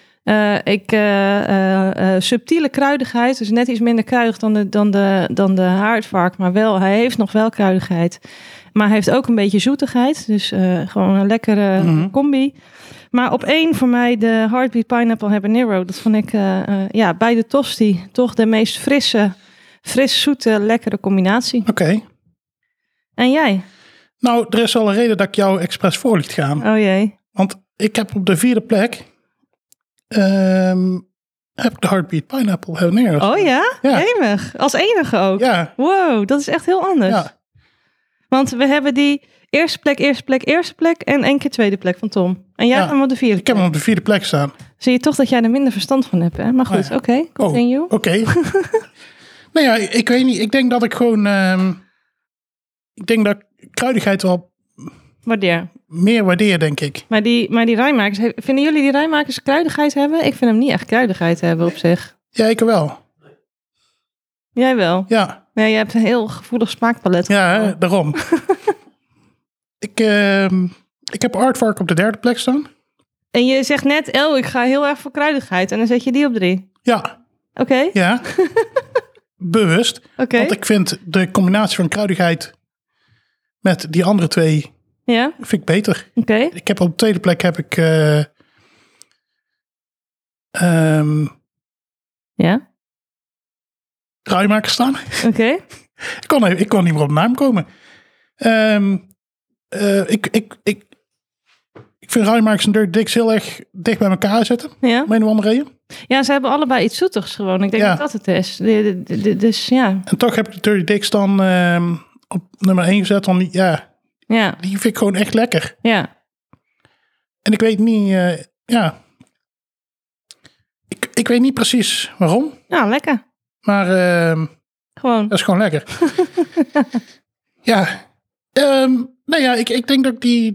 S1: Subtiele kruidigheid, dus net iets minder kruidig dan de haardvark, maar wel, hij heeft nog wel kruidigheid. Maar hij heeft ook een beetje zoetigheid, dus gewoon een lekkere combi. Maar op 1 voor mij de Heartbeat Pineapple Habanero. Dat vond ik bij de tosti toch de meest fris zoete, lekkere combinatie.
S2: Oké.
S1: En jij?
S2: Nou, er is wel een reden dat ik jou expres voor liet gaan.
S1: Oh jee.
S2: Want ik heb op de 4e plek heb ik de Heartbeat Pineapple Habanero.
S1: Oh ja? Jemig. Als enige ook?
S2: Ja.
S1: Wow, dat is echt heel anders.
S2: Ja.
S1: Want we hebben die eerste plek en 1 keer tweede plek van Tom. En jij hebt hem op de 4e plek.
S2: Ik heb hem op de 4e plek staan.
S1: Zie je toch dat jij er minder verstand van hebt, hè? Maar goed, oké, continue.
S2: Oké. Nou ja, ik weet niet. Ik denk dat ik gewoon... ik denk dat ik kruidigheid wel meer waardeer, denk ik.
S1: Maar die rijmakers, vinden jullie die rijmakers kruidigheid hebben? Ik vind hem niet echt kruidigheid hebben op zich.
S2: Ja, ik wel.
S1: Jij wel?
S2: Ja.
S1: Ja, je hebt een heel gevoelig smaakpalet.
S2: Ja, daarom. Ik heb aardvark op de 3e plek staan.
S1: En je zegt net, ik ga heel erg voor kruidigheid. En dan zet je die op 3.
S2: Ja.
S1: Oké.
S2: Ja. Bewust.
S1: Oké.
S2: Want ik vind de combinatie van kruidigheid met die andere 2 vind ik beter.
S1: Oké.
S2: Ik heb op de 2e plek heb ik rijmakers staan.
S1: Oké.
S2: Ik kon niet meer op de naam komen. Ik vind rijmakers en Dirty Dicks heel erg dicht bij elkaar zitten.
S1: Ja.
S2: Om een of andere reden.
S1: Ja, ze hebben allebei iets zoetigs gewoon. Ik denk dat dat het is. Dus ja.
S2: En toch heb ik de Dirty Dicks dan op nummer 1 gezet. Dan, die vind ik gewoon echt lekker.
S1: Ja.
S2: En ik weet niet... Ik weet niet precies waarom.
S1: Nou, lekker.
S2: Maar
S1: gewoon.
S2: dat is gewoon lekker. Ik denk dat ik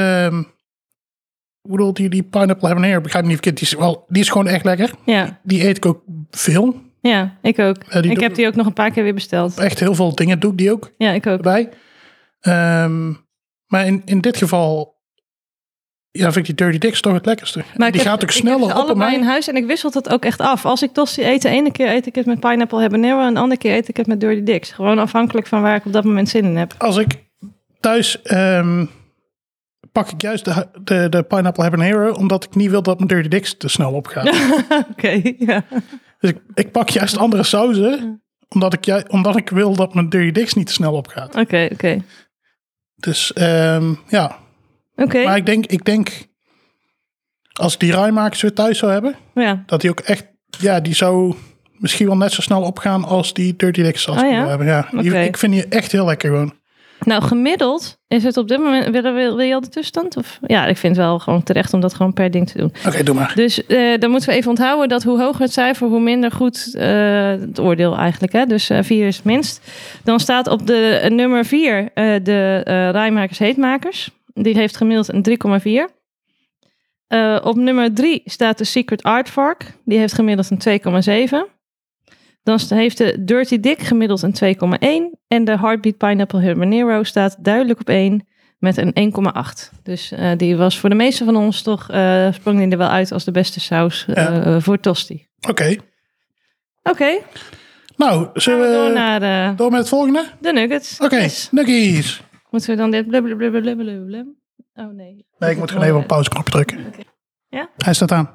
S2: die Pineapple Habanero, begrijp me niet verkeerd, die is gewoon echt lekker.
S1: Ja.
S2: Die eet ik ook veel.
S1: Ja, ik ook. Ik heb die ook nog een paar keer weer besteld.
S2: Echt heel veel dingen doe ik die ook.
S1: Ja, ik ook.
S2: Erbij. Maar in dit geval... Ja, vind ik die Dirty Dicks toch het lekkerste.
S1: Maar
S2: die gaat ook sneller
S1: ik
S2: op
S1: heb
S2: bij
S1: allebei
S2: mij.
S1: in huis en ik wisselt het ook echt af. Als ik tosti eet, de ene keer eet ik het met pineapple habanero... en de andere keer eet ik het met Dirty Dicks. Gewoon afhankelijk van waar ik op dat moment zin in heb.
S2: Als ik thuis pak ik juist de pineapple habanero... omdat ik niet wil dat mijn Dirty Dicks te snel opgaat.
S1: Oké, ja.
S2: Dus ik pak juist andere sauzen... omdat ik wil dat mijn Dirty Dicks niet te snel opgaat.
S1: Oké.
S2: Dus ja...
S1: Oké,
S2: Maar ik denk, als ik die rijmakers weer thuis zou hebben,
S1: ja.
S2: dat die ook echt, ja, die zou misschien wel net zo snel opgaan als die Dirty Dicks als
S1: Oh,
S2: we
S1: ja?
S2: hebben. Ja,
S1: Oké.
S2: ik vind die echt heel lekker gewoon.
S1: Nou, gemiddeld is het op dit moment... Wil je al de tussenstand? Of? Ja, ik vind het wel gewoon terecht om dat gewoon per ding te doen.
S2: Oké, doe maar.
S1: Dus dan moeten we even onthouden dat hoe hoger het cijfer, hoe minder goed het oordeel eigenlijk. Hè? Dus 4 is het minst. Dan staat op de nummer 4 de Rijmakers Heetmakers. Die heeft gemiddeld een 3,4. Op nummer 3 staat de Secret Aardvark. Die heeft gemiddeld een 2,7. Dan heeft de Dirty Dick gemiddeld een 2,1. En de Heartbeat Pineapple Habanero staat duidelijk op 1 met een 1,8. Dus die was voor de meeste van ons toch, sprong die er wel uit als de beste saus voor tosti.
S2: Oké.
S1: Oké,
S2: Nou, zullen
S1: gaan we door
S2: we
S1: naar
S2: door met het volgende?
S1: de nuggets.
S2: Oké,
S1: Yes.
S2: nuggies.
S1: Moeten we dan dit blablabla? Oh nee.
S2: Nee, ik moet gewoon even op pauzeknopje drukken.
S1: Ja?
S2: Hij staat aan.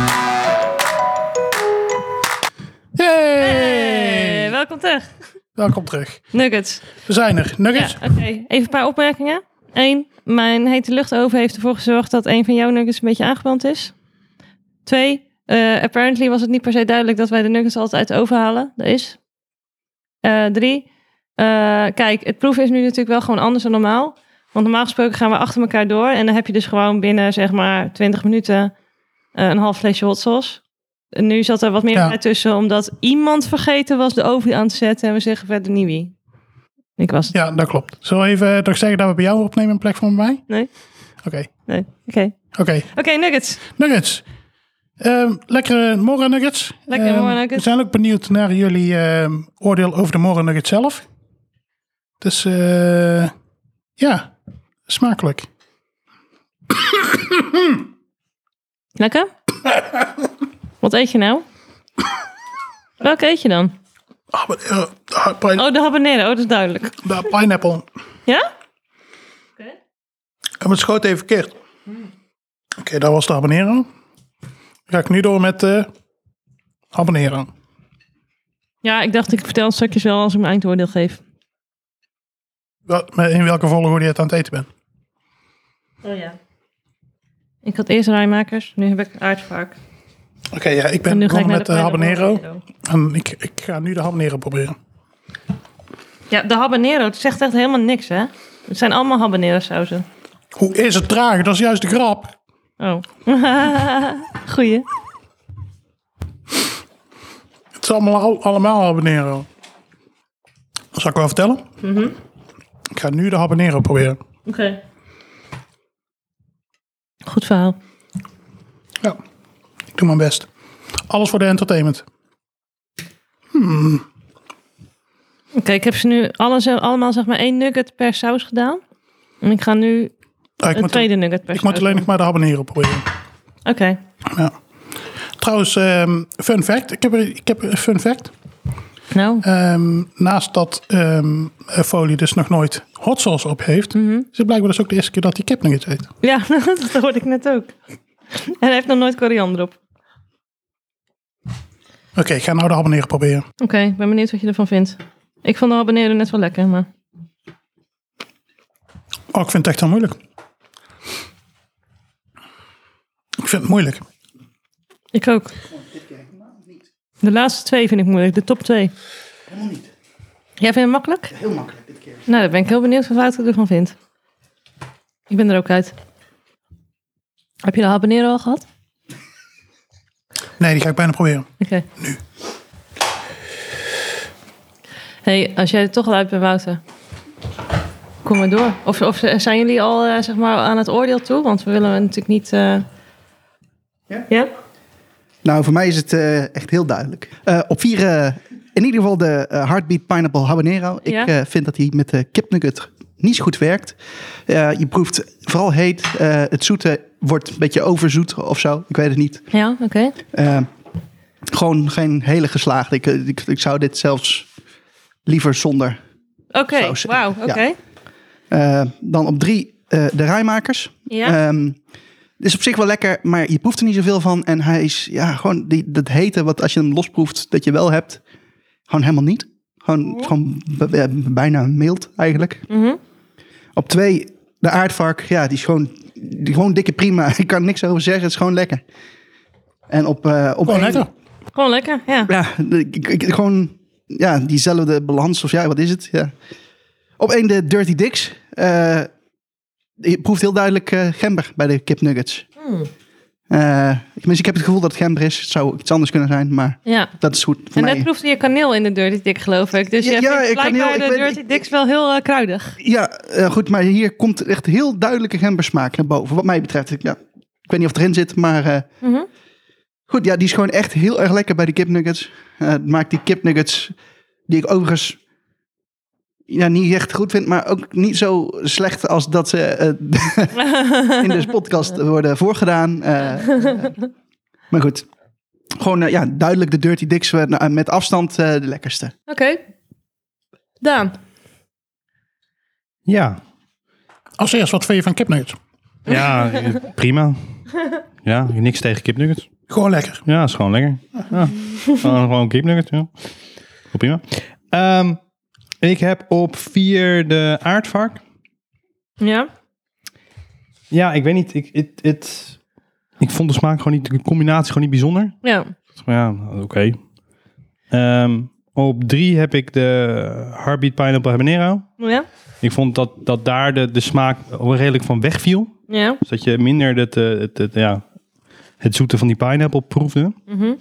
S2: Yay!
S1: Hey, welkom terug.
S2: Welkom terug.
S1: Nuggets.
S2: We zijn er. Nuggets?
S1: Ja, oké. Even een paar opmerkingen. 1. Mijn hete luchtoven heeft ervoor gezorgd dat een van jouw nuggets een beetje aangebrand is. 2. Apparently was het niet per se duidelijk dat wij de nuggets altijd uit de oven halen. Dat is. 3. Kijk, het proeven is nu natuurlijk wel gewoon anders dan normaal. Want normaal gesproken gaan we achter elkaar door. En dan heb je dus gewoon binnen zeg maar 20 minuten een half flesje hot sauce. En nu zat er wat meer tijd tussen. Omdat iemand vergeten was de oven aan te zetten. En we zeggen verder niet wie. Ik was het.
S2: Ja, dat klopt. Zullen we even toch zeggen dat we bij jou opnemen in plek van bij mij?
S1: Nee?
S2: Oké.
S1: Nee. Oké,
S2: Oké.
S1: nuggets.
S2: Nuggets. Lekkere morra nuggets.
S1: Lekkere morra nuggets.
S2: We zijn ook benieuwd naar jullie oordeel over de morra nugget zelf. Dus ja, smakelijk.
S1: Lekker? Wat eet je nou? Welke eet je dan? Oh, de habanero. Oh, dat is duidelijk.
S2: De pineapple.
S1: Ja?
S2: En het schoot even verkeerd. Oké, dat was de habanero. Dan ga ik nu door met de habanero.
S1: Ja, ik dacht ik vertel straks wel als ik mijn eindoordeel geef.
S2: In welke volgorde je het aan het eten bent.
S1: Oh ja. Ik had eerst rijmakers, nu heb ik aardvark.
S2: Oké, ja, ik
S1: En
S2: ben
S1: nu ga ik
S2: begonnen
S1: naar
S2: met
S1: de
S2: de
S1: habanero.
S2: habanero. En ik ga nu de habanero proberen.
S1: Ja, de habanero, het zegt echt helemaal niks, hè? Het zijn allemaal habanero sauzen.
S2: Hoe is het traag? Dat is juist de grap.
S1: Oh. Goeie.
S2: Het is allemaal habanero. Zal ik wel vertellen? Ik ga nu de habanero proberen.
S1: Oké. Goed verhaal.
S2: Ja, ik doe mijn best. Alles voor de entertainment.
S1: Oké, ik heb ze nu allemaal zeg maar 1 nugget per saus gedaan. En ik ga nu een tweede nugget per
S2: Ik
S1: saus
S2: moet alleen nog maar de habanero proberen.
S1: Oké.
S2: Ja. Trouwens, fun fact. Ik heb een fun fact.
S1: Nou.
S2: Naast dat Folie dus nog nooit hot sauce op heeft, is het blijkbaar dus ook de eerste keer dat hij kipnuggets eet.
S1: Ja, dat hoorde ik net ook. En hij heeft nog nooit koriander op.
S2: Oké, ik ga nou de habanero proberen.
S1: Oké, ik ben benieuwd wat je ervan vindt. Ik vond de habanero net wel lekker, maar...
S2: Oh, ik vind het echt heel moeilijk. Ik vind het moeilijk.
S1: Ik ook. De laatste 2 vind ik moeilijk, de top 2.
S4: Helemaal niet.
S1: Jij vindt het makkelijk?
S4: Heel makkelijk dit keer.
S1: Nou, dan ben ik heel benieuwd wat Wouter ervan vindt. Ik ben er ook uit. Heb je de habanero al gehad?
S2: Nee, die ga ik bijna proberen.
S1: Oké. Nu. Hey, als jij er toch al uit bent, Wouter. Kom maar door. Of zijn jullie al zeg maar aan het oordeel toe? Want we willen natuurlijk niet...
S4: Ja?
S1: Ja?
S4: Nou, voor mij is het echt heel duidelijk. Op 4 in ieder geval de Heartbeat Pineapple Habanero. Ik vind dat hij met de kipnugget niet zo goed werkt. Je proeft vooral heet. Het zoete wordt een beetje overzoet of zo. Ik weet het niet.
S1: Ja, oké.
S4: Gewoon geen hele geslaagde. Ik zou dit zelfs liever zonder
S1: Oké,
S4: saus.
S1: wauw, oké.
S4: Dan op 3 de Rijmakers.
S1: Ja.
S4: Is op zich wel lekker, maar je proeft er niet zoveel van. En hij is gewoon dat hete, wat als je hem losproeft, dat je wel hebt. Gewoon helemaal niet. Gewoon bijna mild eigenlijk.
S1: Mhm.
S4: Op 2 de Aardvark. Ja, die is gewoon dikke prima. Ik kan er niks over zeggen. Het is gewoon lekker. En op
S2: Gewoon
S4: 1,
S2: lekker.
S1: Gewoon lekker, ja.
S4: ja, gewoon diezelfde balans. Of wat is het? Ja. Op 1 de Dirty Dicks. Je proeft heel duidelijk gember bij de kipnuggets. Tenminste, ik heb het gevoel dat het gember is. Het zou iets anders kunnen zijn, maar
S1: Ja.
S4: dat is goed voor
S1: En
S4: mij.
S1: net proefde je kaneel in de Dirty Dick, geloof ik. Dus je vindt blijkbaar
S4: kaneel,
S1: de Dirty Dicks wel heel kruidig.
S4: Ja, goed, maar hier komt echt heel duidelijke gembersmaak naar boven. Wat mij betreft. Ik weet niet of het erin zit, maar goed, ja, die is gewoon echt heel erg lekker bij de kipnuggets. Het maakt die kipnuggets, die ik overigens niet echt goed vind, maar ook niet zo slecht als dat ze in deze podcast worden voorgedaan. Maar goed, gewoon duidelijk de Dirty Dicks met afstand de lekkerste.
S1: Oké. Daan.
S5: Ja.
S2: Als eerst, wat vind je van kipnuggets?
S5: Ja, prima. Ja, niks tegen kipnuggets.
S2: Gewoon lekker.
S5: Ja, is gewoon lekker. Ja. Gewoon kipnuggets, ja. Goed, prima. Ik heb op 4 de Aardvark.
S1: Ja.
S5: Ja, ik weet niet. Ik vond de smaak gewoon niet, de combinatie gewoon niet bijzonder.
S1: Ja.
S5: Ja, oké. Op 3 heb ik de Heartbeat Pineapple Habanero.
S1: Ja.
S5: Ik vond dat daar de smaak redelijk van wegviel.
S1: Ja.
S5: Dus dat je minder het zoete van die pineapple proefde.
S1: Mhm.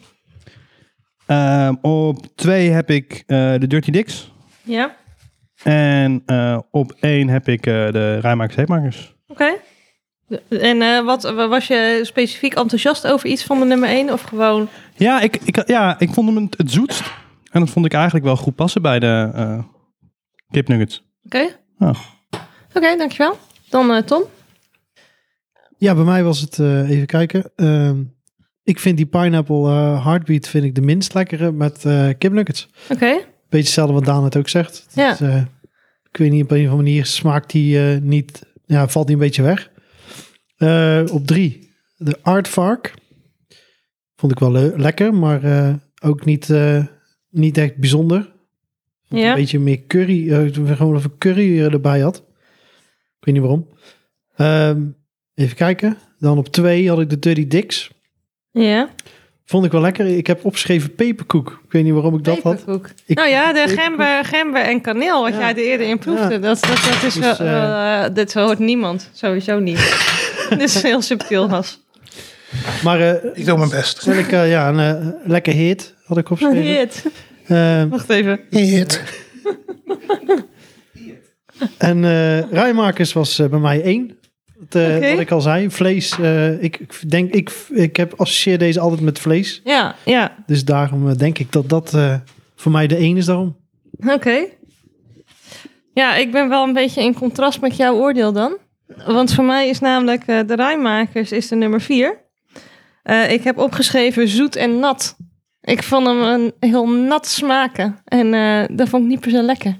S5: Op 2 heb ik de Dirty Dicks.
S1: Ja.
S5: En op 1 heb ik de Rijmakers Heetmakers.
S1: Oké. En was je specifiek enthousiast over iets van de nummer 1 of gewoon...
S5: Ja, ik vond hem het zoetst. En dat vond ik eigenlijk wel goed passen bij de kipnuggets.
S1: Oké.
S5: Ja.
S1: Oké, dankjewel. Dan Tom.
S6: Ja, bij mij was het, even kijken. Ik vind die Pineapple Heartbeat vind ik de minst lekkere met kipnuggets.
S1: Oké.
S6: Beetje hetzelfde wat Daan het ook zegt.
S1: Ja.
S6: Dus, ik weet niet, op een of andere manier smaakt die niet... Ja, valt die een beetje weg. Op 3, de Aardvark. Vond ik wel lekker, maar ook niet echt bijzonder.
S1: Ja.
S6: Een beetje meer curry. Gewoon of een curry erbij had. Ik weet niet waarom. Even kijken. Dan op 2 had ik de Dirty Dicks.
S1: Ja.
S6: Vond ik wel lekker. Ik heb opgeschreven peperkoek. Ik weet niet waarom ik dat had.
S1: Peperkoek.
S6: Ik-
S1: Nou ja, de
S6: peperkoek.
S1: gember en kaneel, wat
S6: Ja.
S1: jij er eerder in proefde.
S6: Ja.
S1: Dat is
S6: Dus,
S1: wel... dit hoort niemand. Sowieso niet. Dit is heel subtiel, Has.
S6: Maar
S2: Ik doe mijn best.
S6: zal ik een lekker hit had ik opgeschreven.
S1: Hit. Wacht even.
S2: Hit.
S6: En Rijmakers was bij mij 1.
S1: Oké.
S6: Wat ik al zei. Vlees. Ik associeer deze altijd met vlees.
S1: Ja, ja.
S6: Dus daarom denk ik dat voor mij de 1 is daarom.
S1: Oké. Ja, ik ben wel een beetje in contrast met jouw oordeel dan. Want voor mij is namelijk de Rijmakers is de nummer 4. Ik heb opgeschreven zoet en nat. Ik vond hem een heel nat smaken. En dat vond ik niet per se lekker.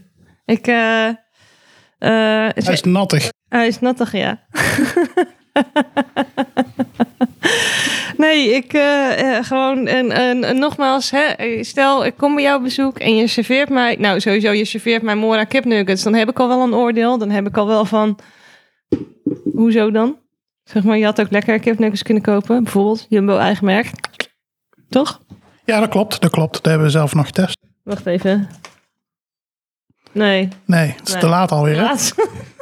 S2: Hij is nattig.
S1: Hij is nattig, ja. Nee, gewoon... En nogmaals, stel, ik kom bij jou op bezoek en je serveert mij... Nou, sowieso, je serveert mij Mora kipnuggets. Dan heb ik al wel een oordeel. Dan heb ik al wel van... Hoezo dan? Zeg maar, je had ook lekker kipnuggets kunnen kopen. Bijvoorbeeld Jumbo eigen merk. Toch?
S2: Ja, dat klopt. Dat hebben we zelf nog getest.
S1: Wacht even. Nee.
S2: Nee, het is
S1: Nee.
S2: te laat alweer. Hè?
S1: Laat.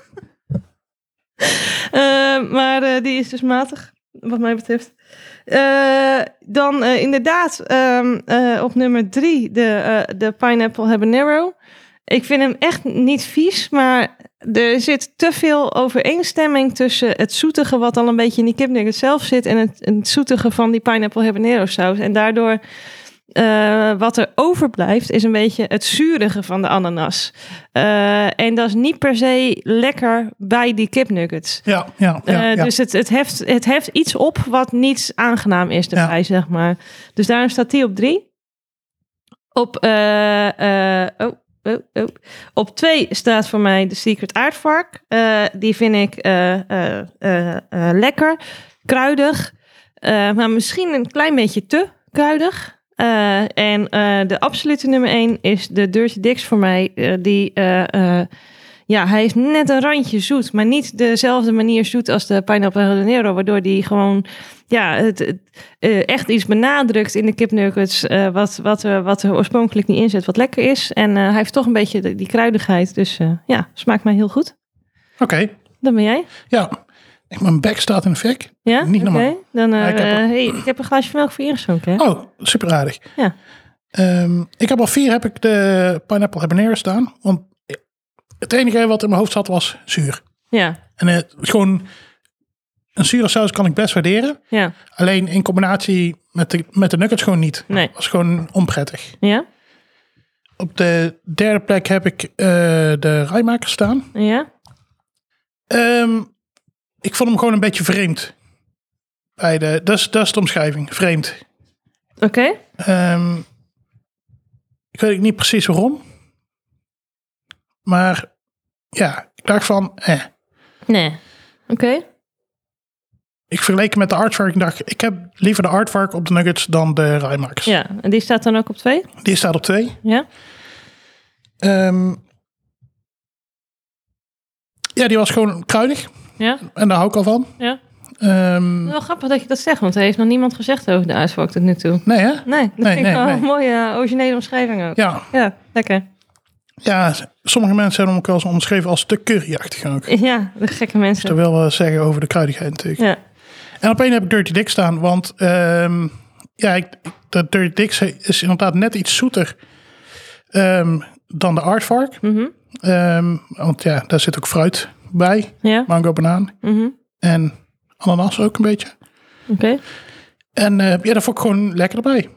S1: Maar die is dus matig, wat mij betreft. Dan inderdaad op nummer 3 de Pineapple Habanero. Ik vind hem echt niet vies, maar er zit te veel overeenstemming tussen het zoetige wat al een beetje in die kipnugget zelf zit en het zoetige van die Pineapple Habanero saus. En daardoor wat er overblijft is een beetje het zurige van de ananas. En dat is niet per se lekker bij die kipnuggets.
S2: Ja.
S1: Dus het heft iets op wat niet aangenaam is erbij, zeg maar. Dus daarom staat die op 3. Op 2 staat voor mij de Secret Aardvark. Die vind ik lekker, kruidig. Maar misschien een klein beetje te kruidig. En de absolute nummer 1 is de Dirty Dicks voor mij. Hij heeft net een randje zoet, maar niet dezelfde manier zoet als de Pineapple Habanero, waardoor die gewoon echt iets benadrukt in de kipnuggets wat er oorspronkelijk niet in zit, wat lekker is. En hij heeft toch een beetje die kruidigheid, dus smaakt mij heel goed.
S2: Oké.
S1: Dan ben jij?
S2: Ja. Mijn bek staat in de fik.
S1: Ja?
S2: Niet normaal.
S1: Oké. Dan, ik heb een glaasje melk voor je ingeschonken. Hè?
S2: Oh, super aardig.
S1: Ja.
S2: Ik heb al 4 de Pineapple Habanero staan. Want het enige wat in mijn hoofd zat was zuur.
S1: Ja.
S2: En gewoon een zure saus kan ik best waarderen.
S1: Ja.
S2: Alleen in combinatie met de nuggets gewoon niet.
S1: Nee.
S2: Dat was gewoon onprettig.
S1: Ja?
S2: Op de 3e plek heb ik de rijmakers staan.
S1: Ja?
S2: Ik vond hem gewoon een beetje vreemd. Dat is de omschrijving. Vreemd.
S1: Oké.
S2: Ik weet niet precies waarom. Maar ja, ik dacht van...
S1: Nee. Oké.
S2: Ik vergeleek met de Aardvark en dacht... Ik heb liever de Aardvark op de nuggets dan de rijmakers.
S1: Ja, en die staat dan ook op 2?
S2: Die staat op 2.
S1: Ja.
S2: Die was gewoon kruidig.
S1: Ja.
S2: En daar hou ik al van.
S1: Ja. Wel grappig dat je dat zegt, want er heeft nog niemand gezegd over de Aardvark tot nu toe.
S2: Nee, hè?
S1: Nee, dat vind ik wel een mooie originele omschrijving ook.
S2: Ja,
S1: lekker.
S2: Ja, sommige mensen hebben hem ook wel eens omschreven als te curryachtig ook.
S1: Ja, de gekke mensen.
S2: Dat wil wel zeggen over de kruidigheid natuurlijk.
S1: Ja.
S2: En op 1 heb ik Dirty Dicks staan, want de Dirty Dicks is inderdaad net iets zoeter dan de Aardvark.
S1: Mm-hmm.
S2: Want ja, daar zit ook fruit bij.
S1: Ja.
S2: Mango, banaan.
S1: Mm-hmm.
S2: En ananas ook een beetje.
S1: Oké.
S2: En dat vond ik gewoon lekker erbij.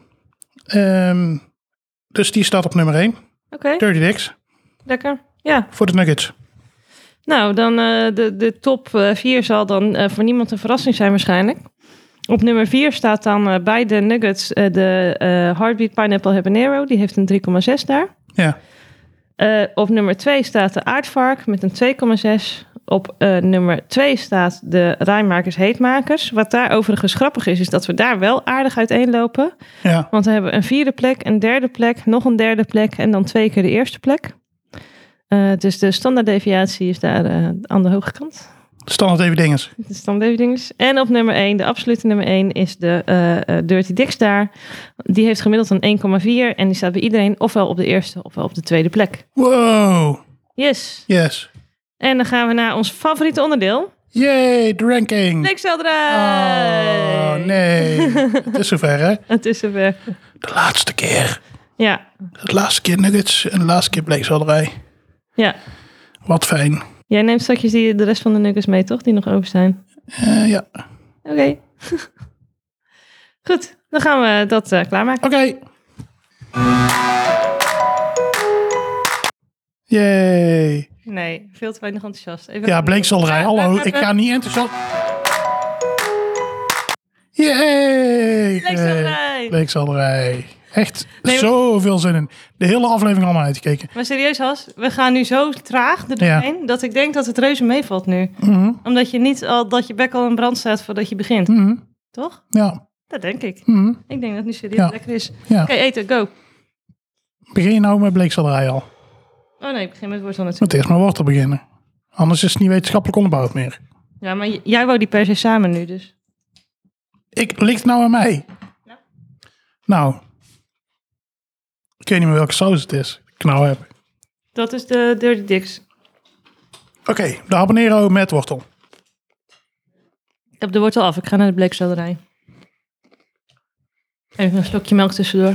S2: Dus die staat op nummer 1.
S1: Oké.
S2: Dirty Dicks.
S1: Lekker. Ja.
S2: Voor de nuggets.
S1: Nou, dan de top 4 zal dan voor niemand een verrassing zijn waarschijnlijk. Op nummer 4 staat dan bij de nuggets de Heartbeat Pineapple Habanero. Die heeft een 3,6 daar.
S2: Ja.
S1: Op nummer 2 staat de Aardvark met een 2,6. Op nummer 2 staat de Rijmakers Heetmakers. Wat daar overigens grappig is dat we daar wel aardig uiteenlopen.
S2: Ja.
S1: Want we hebben een 4e plek, een 3e plek, nog een 3e plek en dan 2 keer de eerste plek. Dus de standaarddeviatie is daar aan de hoge kant.
S2: Standaard even dinges.
S1: De standaarddinges. En op nummer 1, de absolute nummer 1, is de Dirty Dicks daar. Die heeft gemiddeld een 1,4 en die staat bij iedereen ofwel op de eerste ofwel op de 2e plek.
S2: Wow.
S1: Yes.
S2: Yes.
S1: En dan gaan we naar ons favoriete onderdeel.
S2: Yay, de ranking.
S1: Bleekselderij!
S2: Oh, nee. Het is zover, hè?
S1: Het is zover.
S2: De laatste keer.
S1: Ja.
S2: De laatste keer nuggets en de laatste keer bleekselderij.
S1: Ja.
S2: Wat fijn.
S1: Jij neemt straks de rest van de nuggets mee, toch? Die nog over zijn.
S2: Ja.
S1: Oké. Goed, dan gaan we dat klaarmaken.
S2: Oké. Yay.
S1: Nee, veel te weinig enthousiast. Even
S2: Ja, bleekselderij. Hallo, ik ga niet enthousiast. Yay.
S1: Bleekselderij.
S2: Bleekselderij. Echt
S1: Nee,
S2: zoveel zin in. De hele aflevering al naar uitgekeken.
S1: Maar serieus, Has, we gaan nu zo traag er doorheen dat ik denk dat het reuze meevalt nu.
S2: Mhm.
S1: Omdat je niet al dat je bek al in brand staat voordat je begint.
S2: Mhm.
S1: Toch?
S2: Ja.
S1: Dat denk ik.
S2: Mhm.
S1: Ik denk dat het nu serieus
S2: Ja.
S1: lekker is.
S2: Ja.
S1: Oké, eten, go.
S2: Begin je nou met bleekselderij al?
S1: Oh nee, ik begin met wortel
S2: Moet
S1: natuurlijk.
S2: eerst maar wortel beginnen. Anders is het niet wetenschappelijk onderbouwd meer.
S1: Ja, maar jij wou die per se samen nu dus.
S2: Ligt nou aan mij?
S1: Ja.
S2: Nou. Ik weet niet meer welke saus het is. Die ik nou heb.
S1: Dat is de Dirty Dicks.
S2: Oké, de habanero met wortel.
S1: Ik heb de wortel af. Ik ga naar de bleekselderij. Even een slokje melk tussendoor.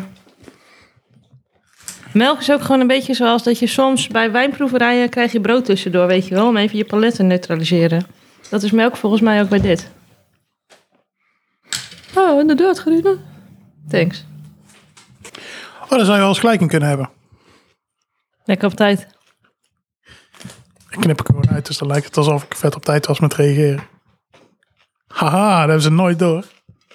S1: Melk is ook gewoon een beetje zoals dat je soms bij wijnproeverijen krijg je brood tussendoor, weet je wel, om even je palet te neutraliseren. Dat is melk volgens mij ook bij dit. Oh, en de deur had gerunnen. Thanks.
S2: Oh, daar zou je wel eens gelijk in kunnen hebben.
S1: Lekker op tijd.
S2: Ik knip ik gewoon uit, dus dan lijkt het alsof ik vet op tijd was met reageren. Haha, dat hebben ze nooit door.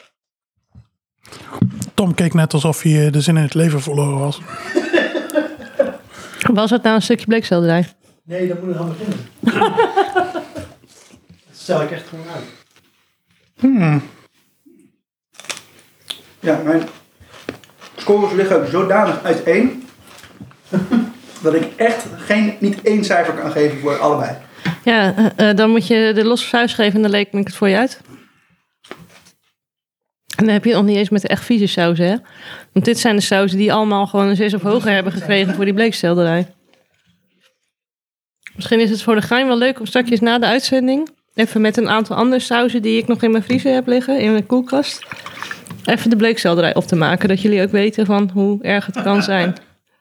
S2: Tom keek net alsof hij de zin in het leven verloren was.
S1: Was het nou een stukje bleekselderij?
S6: Nee, dat moet ik gaan beginnen. Dat stel ik echt gewoon uit.
S4: Ja, mijn scores liggen zodanig uiteen dat ik echt niet één cijfer kan geven voor allebei.
S1: Ja, dan moet je de losse saus geven en dan leek ik het voor je uit. En dan heb je het nog niet eens met de echt vieze sauzen, hè? Want dit zijn de sauzen die allemaal gewoon een 6 of hoger hebben gekregen voor die bleekselderij. Misschien is het voor de gein wel leuk om straks na de uitzending even met een aantal andere sauzen die ik nog in mijn vriezer heb liggen, in mijn koelkast, even de bleekselderij op te maken. Dat jullie ook weten van hoe erg het kan zijn.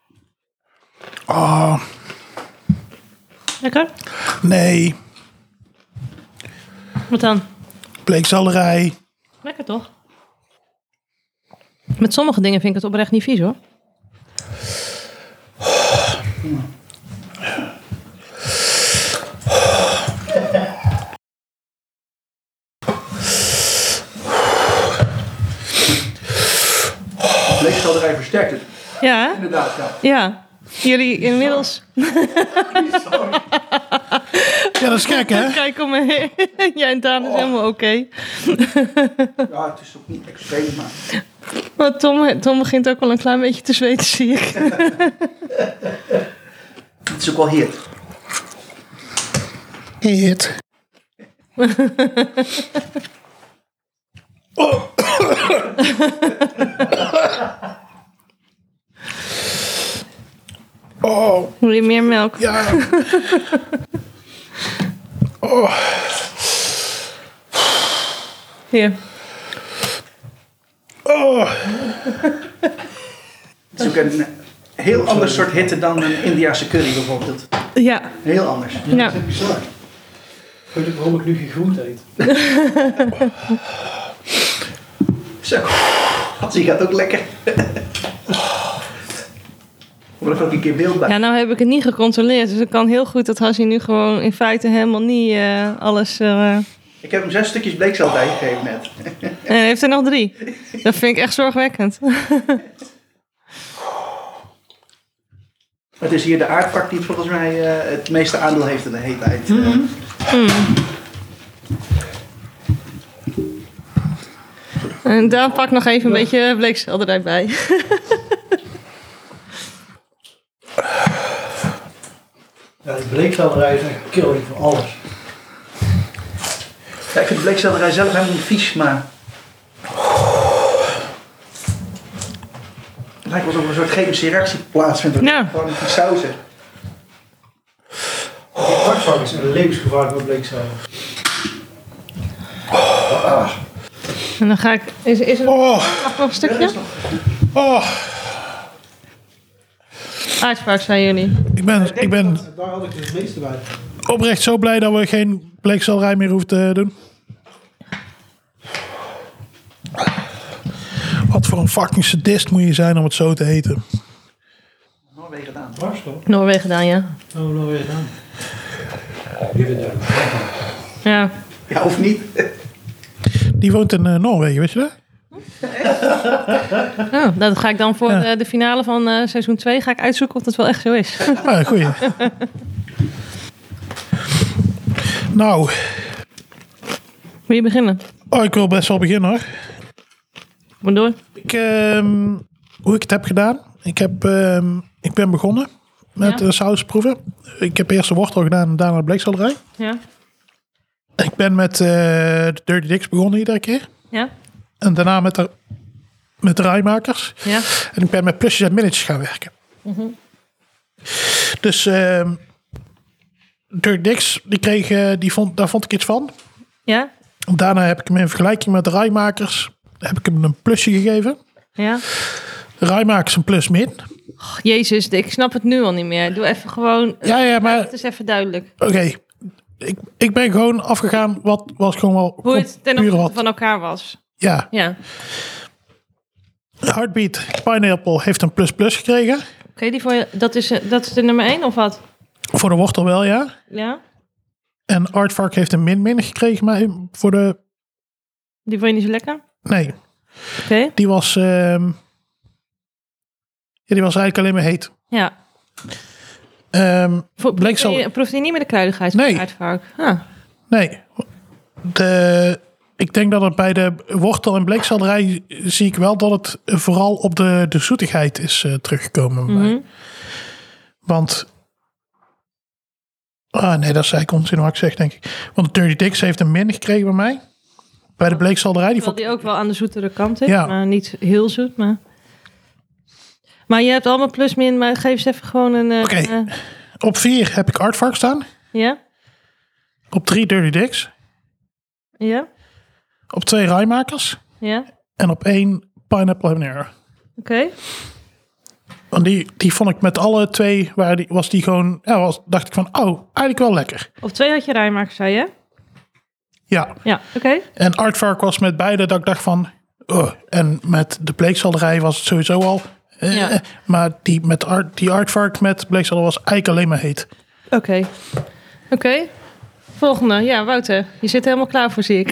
S2: Oh,
S1: Lekker?
S2: nee.
S1: Wat dan?
S2: Bleekselderij.
S1: Lekker toch? Met sommige dingen vind ik het oprecht niet vies hoor.
S4: Bleekselderij versterkt het.
S1: Ja, hè?
S4: Inderdaad, ja.
S1: Ja. Jullie inmiddels...
S2: Ja, dat is gek, hè?
S1: Kijk om me heen. Jij en Daan is helemaal oké.
S4: Ja, het is ook niet extreem, maar...
S1: Maar Tom begint ook wel een klein beetje te zweten, zie ik.
S4: Het is ook wel heet.
S2: Heet. Oh,
S1: Wil je meer melk?
S2: ja. Oh,
S1: Hier.
S2: oh.
S4: Het is ook een heel ander soort hitte dan een Indiase curry bijvoorbeeld.
S1: Ja.
S4: Heel anders.
S1: Ja.
S6: Dat is bizar. Weet ik waarom ik nu geen groente eet?
S4: Zo. Die gaat ook lekker. Moet er ook een keer beeld bij.
S1: Ja, nou heb ik het niet gecontroleerd. Dus het kan heel goed dat Hassie nu gewoon in feite helemaal niet alles...
S4: Ik heb hem 6 stukjes bleekselderij gegeven net.
S1: En hij heeft er nog 3. Dat vind ik echt zorgwekkend.
S4: Het is hier de aardvark die volgens mij het meeste aandeel heeft in de heetheid.
S1: En Daan pak nog even een beetje bleekselderij bij.
S6: Ja, die bleekselderij is echt killing voor alles.
S4: Ja, ik vind de bleekselderij zelf helemaal niet vies, maar... Het lijkt wel alsof er een soort chemische reactie plaatsvindt.
S1: Ja.
S4: Gewoon met die sauzen.
S6: Die aardvark is een levensgevaarlijk met bleekselderij.
S1: En dan ga ik... Is er nog een stukje?
S2: Oh,
S1: Aardvark zijn jullie.
S2: ik ben
S6: Daar had ik het meeste bij.
S2: oprecht zo blij dat we geen bleekselderij meer hoeven te doen. Wat voor een fucking sadist moet je zijn om het zo te eten.
S4: Noorwegen gedaan.
S6: Dwars toch?
S1: Noorwegen gedaan, ja.
S6: Oh, nou weer gedaan. Give it
S1: Ja.
S4: Ja, of niet?
S2: Die woont in Noorwegen, weet je dat?
S1: Oh, dat ga ik dan voor de finale van seizoen 2 ga ik uitzoeken of dat wel echt zo is.
S2: Ah, goeie. Nou,
S1: Wil je beginnen?
S2: ik wil best wel beginnen hoor.
S1: Kom door.
S2: Hoe ik het heb gedaan. Ik ben begonnen met sausproeven. Ik heb eerst de wortel gedaan en daarna de bleekselderij.
S1: Ja.
S2: Ik ben met de Dirty Dicks begonnen iedere keer.
S1: Ja.
S2: En daarna met de rijmakers.
S1: Ja.
S2: En ik ben met plusjes en minnetjes gaan werken. Dus Dirty Dicks, daar vond ik iets van.
S1: Ja.
S2: Daarna heb ik hem in vergelijking met de rijmakers heb ik hem een plusje gegeven.
S1: Ja.
S2: De rijmakers een plus min.
S1: Och, Jezus, ik snap het nu al niet meer. Doe even gewoon...
S2: Ja, maar
S1: Het is even duidelijk.
S2: oké. Ik ben gewoon afgegaan wat was gewoon wel
S1: Hoe het ten
S2: puur
S1: opzichte
S2: wat.
S1: van elkaar was.
S2: Ja.
S1: Ja.
S2: Heartbeat Pineapple heeft een plus gekregen.
S1: Oké, die vond je, dat is de nummer 1 of wat?
S2: Voor de wortel wel, ja.
S1: Ja?
S2: En Aardvark heeft een min gekregen, maar voor de...
S1: Die vond je niet zo lekker?
S2: Nee,
S1: Oké.
S2: die was... die was eigenlijk alleen maar heet.
S1: Ja. Proeft hij niet meer de kruidigheid van
S2: Nee.
S1: het aardvark? Ah.
S2: Nee. Ik denk dat het bij de wortel en bleekselderij zie ik wel dat het vooral op de zoetigheid is teruggekomen bij mij. Want... nee, dat is eigenlijk onzin wat ik zeg, denk ik. Want de Dirty Dicks heeft een min gekregen bij mij. Bij de bleekselderij.
S1: Terwijl die ook wel aan de zoetere kant is.
S2: Ja.
S1: Maar niet heel zoet. Maar je hebt allemaal plus min. Maar geef eens even gewoon een...
S2: Oké. Op 4 heb ik Aardvark staan.
S1: Ja?
S2: Op 3 Dirty Dicks.
S1: Ja?
S2: Op 2 Rijmakers.
S1: Ja?
S2: En op 1 Pineapple Habanero.
S1: Oké.
S2: Want die vond ik met alle twee, was die gewoon, dacht ik van, eigenlijk wel lekker.
S1: Op 2 had je rijmakers, zei je?
S2: Ja.
S1: Ja, oké.
S2: En Aardvark was met beide dat ik dacht van, en met de bleekselderij was het sowieso al.
S1: Ja.
S2: Maar die Aardvark met bleekselderij was eigenlijk alleen maar heet.
S1: Oké. Volgende. Ja, Wouter. Je zit helemaal klaar voor, zie ik.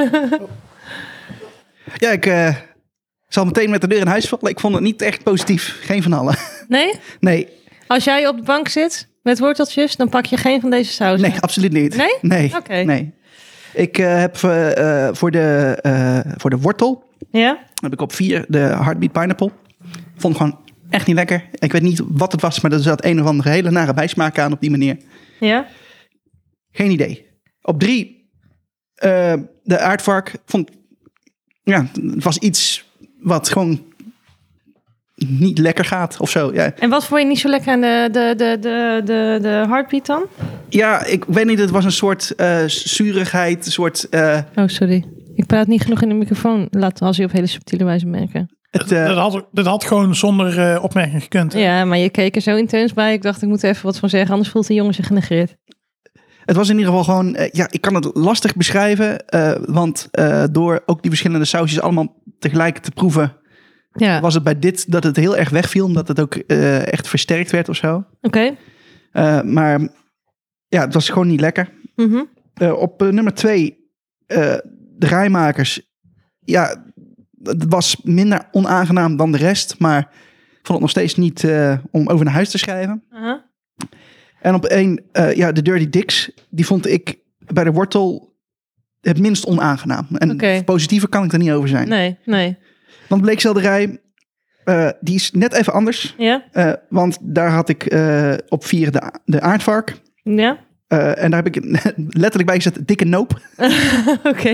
S4: Ja, ik zal meteen met de deur in huis vallen. Ik vond het niet echt positief. Geen van allen.
S1: Nee?
S4: Nee,
S1: Als jij op de bank zit met worteltjes, dan pak je geen van deze sausen.
S4: nee, absoluut niet.
S1: Nee?
S4: Nee.
S1: Oké.
S4: Nee. Ik heb voor de wortel
S1: Ja?
S4: heb ik op 4 de Heartbeat Pineapple. Vond ik gewoon echt niet lekker. Ik weet niet wat het was, maar er zat een of andere hele nare bijsmaak aan op die manier.
S1: Ja?
S4: Geen idee. Op 3 de aardvark vond... Ja, het was iets wat gewoon niet lekker gaat of zo. Ja,
S1: En wat vond je niet zo lekker aan de Heartbeat dan?
S4: ja ik weet niet, het was een soort zurigheid, een soort...
S1: Oh, sorry. Ik praat niet genoeg in de microfoon. Laat als je op hele subtiele wijze merken.
S2: Dat had gewoon zonder opmerking gekund.
S1: Ja, maar je keek er zo intens bij. Ik dacht, ik moet er even wat van zeggen. Anders voelt de jongen zich genegeerd.
S4: Het was in ieder geval gewoon... ik kan het lastig beschrijven. Want door ook die verschillende sausjes allemaal tegelijk te proeven...
S1: Ja,
S4: was het bij dit dat het heel erg wegviel. Omdat het ook echt versterkt werd of zo.
S1: oké.
S4: Maar ja, het was gewoon niet lekker.
S1: Mhm.
S4: Op nummer 2, de rijmakers. Ja, het was minder onaangenaam dan de rest. Maar ik vond het nog steeds niet om over naar huis te schrijven.
S1: Aha.
S4: En op 1, de Dirty Dicks. Die vond ik bij de wortel het minst onaangenaam. En
S1: Oké.
S4: positiever kan ik er niet over zijn.
S1: Nee.
S4: Want bleekselderij, die is net even anders.
S1: Ja?
S4: Want daar had ik op 4 de aardvark.
S1: Ja?
S4: En daar heb ik letterlijk bij gezet dikke noop.
S1: Oké.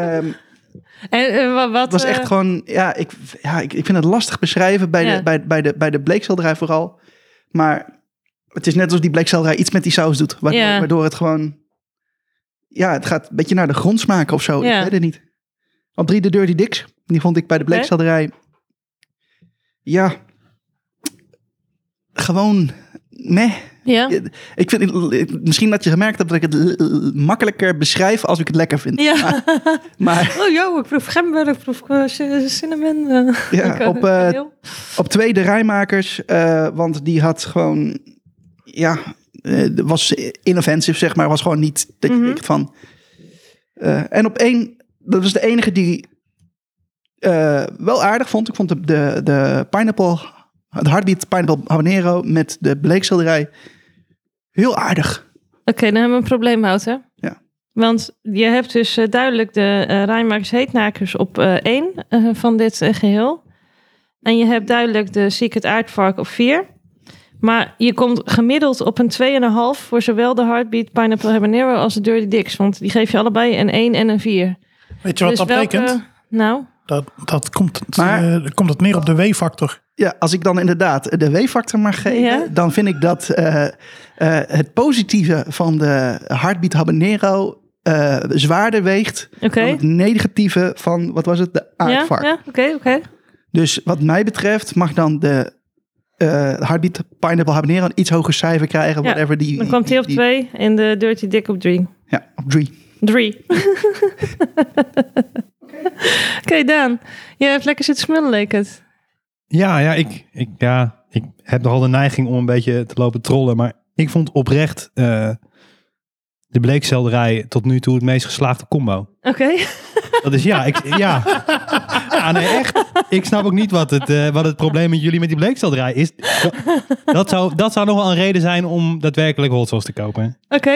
S1: En wat...
S4: Het was echt gewoon, ik vind het lastig beschrijven bij de bleekselderij vooral. Maar het is net als die bleekselderij iets met die saus doet. Waardoor het gewoon, het gaat een beetje naar de grond smaken of zo.
S1: Ja.
S4: Ik weet het niet. Op 3 de Dirty Dicks. Die vond ik bij de bleekselderij, gewoon meh.
S1: Ja?
S4: Ik vind, misschien dat je gemerkt hebt dat ik het makkelijker beschrijf als ik het lekker vind.
S1: Ja.
S4: Maar
S1: Oh joh, ik proef gember, ik proef cinnamon.
S4: op 2 de rijmakers, want die had gewoon, was inoffensive, zeg maar, was gewoon niet dat je denkt van. En op 1, dat was de enige die wel aardig vond. Ik vond de pineapple, de Heartbeat Pineapple Habanero met de bleekselderij heel aardig.
S1: Oké, dan hebben we een probleem, Wouter.
S4: Ja.
S1: Want je hebt dus duidelijk de Rijmakers Heetnakers op 1 van dit geheel. En je hebt duidelijk de Secret Aardvark op 4. Maar je komt gemiddeld op een 2,5 voor zowel de Heartbeat Pineapple Habanero als de Dirty Dicks. Want die geef je allebei een 1 en een 4.
S2: Weet je wat dat betekent?
S1: Nou?
S2: Dat komt het neer op de W-factor.
S4: Ja, als ik dan inderdaad de W-factor mag geven, dan vind ik dat het positieve van de Heartbeat Habanero zwaarder weegt dan het negatieve van, wat was het, de aardvark.
S1: Ja, oké.
S4: Dus wat mij betreft mag dan de Heartbeat Pineapple Habanero een iets hoger cijfer krijgen. Whatever die,
S1: dan kwam hij op 2 en de Dirty Dick op 3.
S4: Ja, op 3.
S1: 3. Oké, Daan. Je hebt lekker zitten smullen, leek het.
S5: Ik heb nogal de neiging om een beetje te lopen trollen. Maar ik vond oprecht de bleekselderij tot nu toe het meest geslaagde combo.
S1: Oké.
S5: Dat is ja, nee, echt. Ik snap ook niet wat het probleem met jullie met die bleekselderij is. Dat zou nog wel een reden zijn om daadwerkelijk hot sauce te kopen.
S1: Oké.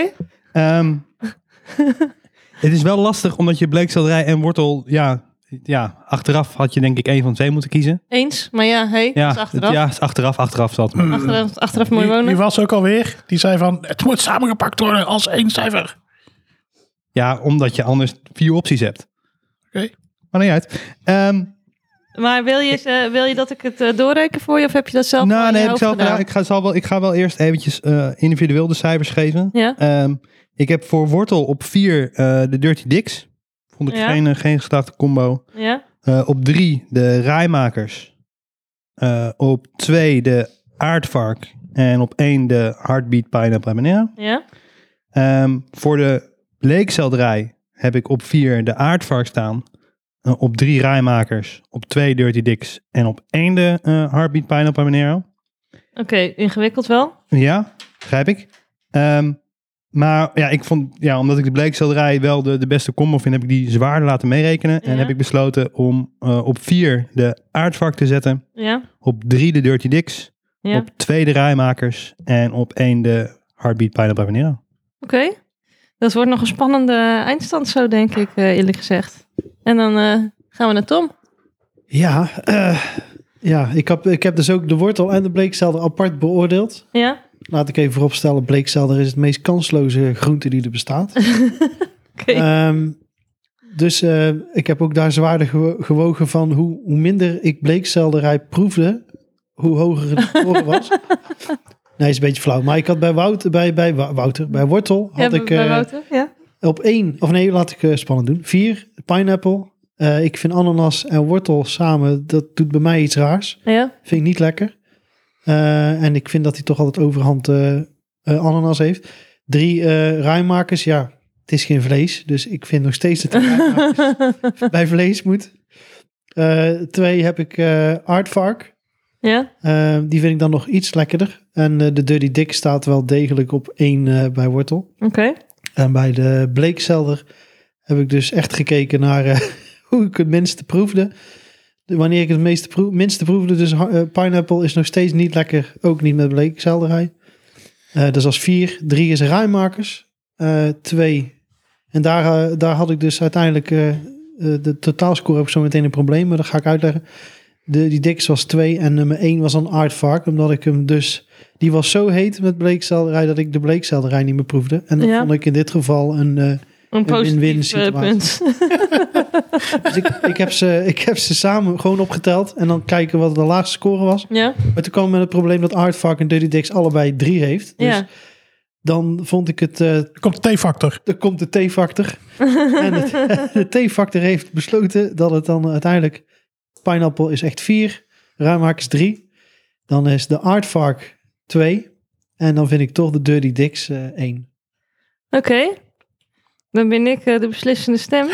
S5: Het is wel lastig omdat je bleekselderij en wortel, achteraf had je denk ik 1 van 2 moeten kiezen.
S1: Eens, maar ja, dat is achteraf.
S5: Is achteraf zal het maar.
S1: Achteraf mooi wonen.
S2: Die was ook alweer. Die zei van, het moet samengepakt worden als 1 cijfer.
S5: Ja, omdat je anders 4 opties hebt.
S2: Oké.
S5: Maar niet uit.
S1: Maar wil je dat ik het doorreken voor je of heb je dat zelf
S5: Nou,
S1: in
S5: nee,
S1: je
S5: heb ik
S1: hoofd
S5: zelf
S1: gedaan?
S5: gedaan. Ik ga wel eerst eventjes individueel de cijfers geven.
S1: Ja.
S5: Ik heb voor wortel op 4 de Dirty Dicks. Vond ik geen geslaagde combo.
S1: Ja.
S5: Op 3 de Rijmakers. Op 2 de Aardvark. En op 1 de Heartbeat Pineapple Habanero.
S1: Ja.
S5: Voor de bleekselderij heb ik op 4 de Aardvark staan. Op 3 Rijmakers. Op 2 Dirty Dicks. En op 1 de Heartbeat Pineapple Habanero.
S1: Oké, ingewikkeld wel.
S5: Ja, begrijp ik. Maar ja, ik vond, omdat ik de bleekselderij wel de beste combo vind, heb ik die zwaarder laten meerekenen. En heb ik besloten om op 4 de Aardvark te zetten.
S1: Ja.
S5: Op 3 de Dirty Dicks.
S1: Ja.
S5: Op 2 de Rijmakers. En op 1 de Heartbeat Pineapple Habanero.
S1: Oké. Dat wordt nog een spannende eindstand zo, denk ik, eerlijk gezegd. En dan gaan we naar Tom.
S6: Ja, ik heb dus ook de wortel en de bleekselder apart beoordeeld.
S1: Ja.
S6: Laat ik even vooropstellen, bleekselder is het meest kansloze groente die er bestaat.
S1: Oké.
S6: Dus ik heb ook daar zwaarder gewogen van hoe minder ik bleekselderij proefde, hoe hoger het score was. Nee, is een beetje flauw. Maar ik had bij wortel had ik
S1: bij Wouter, ja.
S6: op 1, of nee, laat ik spannend doen. 4, pineapple. Ik vind ananas en wortel samen, dat doet bij mij iets raars.
S1: Ja.
S6: Vind ik niet lekker. En ik vind dat hij toch altijd overhand ananas heeft. 3 rijmakers, ja, het is geen vlees. Dus ik vind nog steeds dat de rijmakers bij vlees moet. 2 heb ik Aardvark.
S1: Ja.
S6: Die vind ik dan nog iets lekkerder. En de Dirty Dick staat wel degelijk op 1 bij wortel.
S1: Oké.
S6: En bij de bleekselder heb ik dus echt gekeken naar hoe ik het minste proefde. Wanneer ik het minste proefde, dus pineapple is nog steeds niet lekker, ook niet met bleekselderij. Dus als 4, 3 is rijmakers, 2. En daar had ik dus uiteindelijk, de totaalscore heb ik zo meteen een probleem, maar dat ga ik uitleggen. Die Dicks was 2 en nummer 1 was dan Aardvark, omdat ik hem dus, die was zo heet met bleekselderij dat ik de bleekselderij niet meer proefde. En dat vond ik in dit geval een win-win situatie.
S1: Punt.
S6: Dus ik heb ze samen gewoon opgeteld en dan kijken wat de laagste score was.
S1: Ja.
S6: Maar toen kwam met het probleem dat Aardvark en Dirty Dicks allebei 3 heeft. Dus dan vond ik het...
S2: Er komt de T-factor.
S6: Er komt de T-factor. En de T-factor heeft besloten dat het dan uiteindelijk... Pineapple is echt 4, Rijmaak is 3. Dan is de Aardvark 2. En dan vind ik toch de Dirty Dicks 1.
S1: Oké. Dan ben ik de beslissende stem.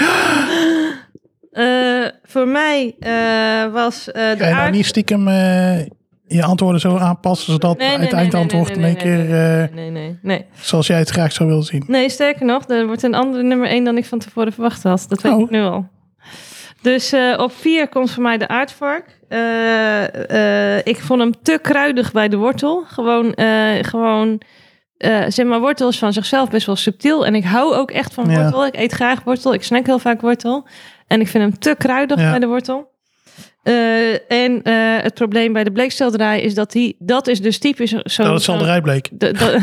S1: Voor mij was de
S2: Ga je nou niet stiekem je antwoorden zo aanpassen, zodat het eindantwoord in één keer
S1: Nee.
S2: zoals jij het graag zou willen zien?
S1: Nee, sterker nog, er wordt een andere nummer 1 dan ik van tevoren verwacht had. Dat weet ik nu al. Dus op 4 komt voor mij de Aardvark. Ik vond hem te kruidig bij de wortel. Gewoon zeg maar, wortel is van zichzelf best wel subtiel. En ik hou ook echt van wortel. Ik eet graag wortel. Ik snack heel vaak wortel. En ik vind hem te kruidig bij de wortel. En het probleem bij de bleekselderij is dat is dus typisch zo'n...
S2: Dat het selderijbleek.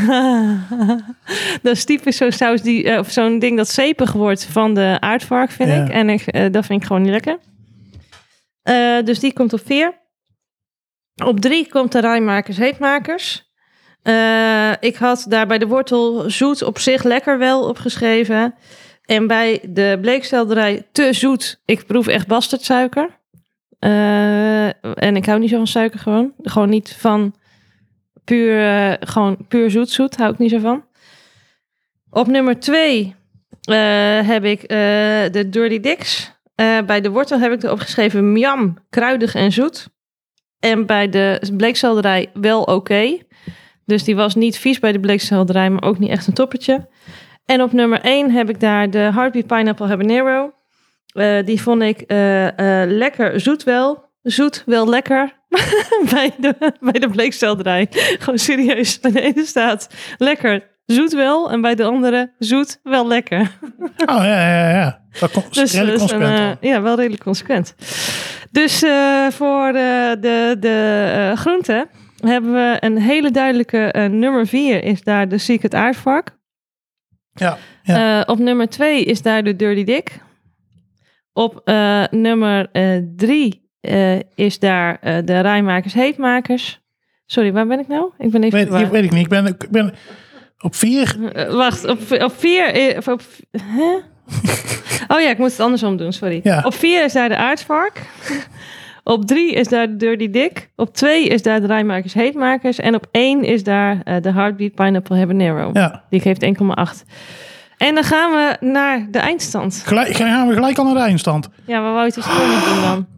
S1: Dat is typisch zo'n saus of zo'n ding dat zeepig wordt van de Aardvark, vind ik. En dat vind ik gewoon niet lekker. Dus die komt op 4. Op 3 komt de Rijmakers Heetmakers. Ik had daar bij de wortel zoet op zich lekker wel opgeschreven. En bij de bleekselderij te zoet. Ik proef echt bastardsuiker. En ik hou niet zo van suiker gewoon. Gewoon niet van puur zoet. Hou ik niet zo van. Op nummer 2 heb ik de Dirty Dicks. Bij de wortel heb ik erop geschreven miam, kruidig en zoet. En bij de bleekselderij wel oké. Dus die was niet vies bij de bleekselderij, maar ook niet echt een toppertje. En op nummer 1 heb ik daar de Heartbeat Pineapple Habanero. Die vond ik lekker zoet wel. Zoet wel lekker bij de bleekselderij. Gewoon serieus. Bij de ene staat lekker zoet wel. En bij de andere zoet wel lekker.
S2: Oh ja. Dat is redelijk consequent.
S1: Ja, wel redelijk consequent. Dus voor de groenten hebben we een hele duidelijke nummer 4 is daar de Secret Aardvark.
S2: Ja.
S1: Op nummer 2 is daar de Dirty Dick. Op nummer 3 is daar de Rijmakers Heetmakers. Sorry, waar ben ik nou? Ik ben even
S2: Weet ik niet. Ik ben op 4.
S1: Wacht, op 4... Hè? Oh ja, ik moet het andersom doen, sorry.
S2: Ja.
S1: Op 4 is daar de Aardvark. Op 3 is daar de Dirty Dick. Op 2 is daar de Rijmakers Heetmakers. En op 1 is daar de Heartbeat Pineapple Habanero.
S2: Ja.
S1: Die geeft 1,8. En dan gaan we naar de eindstand.
S2: Gaan we gelijk al naar de eindstand.
S1: Ja, maar wou je het eens gewoon doen dan?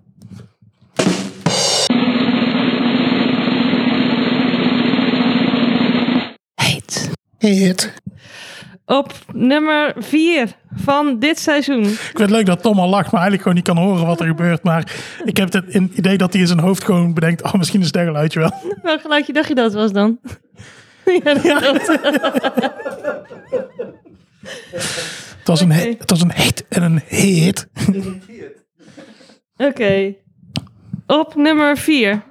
S2: Heet.
S1: Op nummer 4 van dit seizoen.
S2: Ik vind het leuk dat Tom al lacht, maar eigenlijk gewoon niet kan horen wat er gebeurt. Maar ik heb het idee dat hij in zijn hoofd gewoon bedenkt, oh, misschien is het geluidje wel.
S1: Welk geluidje dacht je dat was dan?
S2: Het was een heet en een heet.
S1: Oké. Op nummer 4.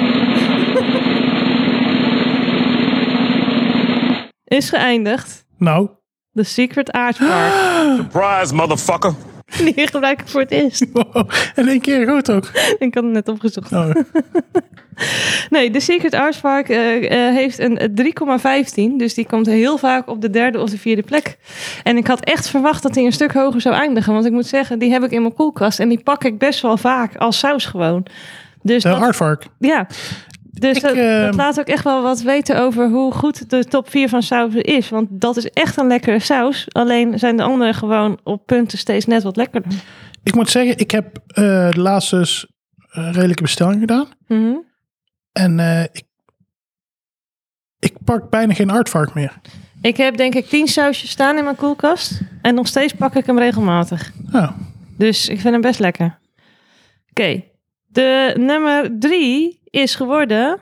S1: Is geëindigd.
S2: Nou.
S1: The Secret Aardvark.
S7: Surprise, motherfucker.
S1: Die gebruik ik voor het eerst.
S2: Wow. En 1 keer goed ook.
S1: Ik had het net opgezocht.
S2: Oh.
S1: Nee, de Secret Aardvark heeft een 3,15. Dus die komt heel vaak op de 3e of de 4e plek. En ik had echt verwacht dat hij een stuk hoger zou eindigen. Want ik moet zeggen, die heb ik in mijn koelkast. En die pak ik best wel vaak als saus gewoon. Dus
S2: De aardvark.
S1: Ja. Dus dat laat ook echt wel wat weten over hoe goed de top 4 van sausen is. Want dat is echt een lekkere saus. Alleen zijn de andere gewoon op punten steeds net wat lekkerder.
S2: Ik moet zeggen, ik heb de laatste dus redelijke bestelling gedaan.
S1: Mm-hmm.
S2: En ik pak bijna geen aardvark meer.
S1: Ik heb denk ik 10 sausjes staan in mijn koelkast. En nog steeds pak ik hem regelmatig.
S2: Oh.
S1: Dus ik vind hem best lekker. Oké. De nummer 3 is geworden...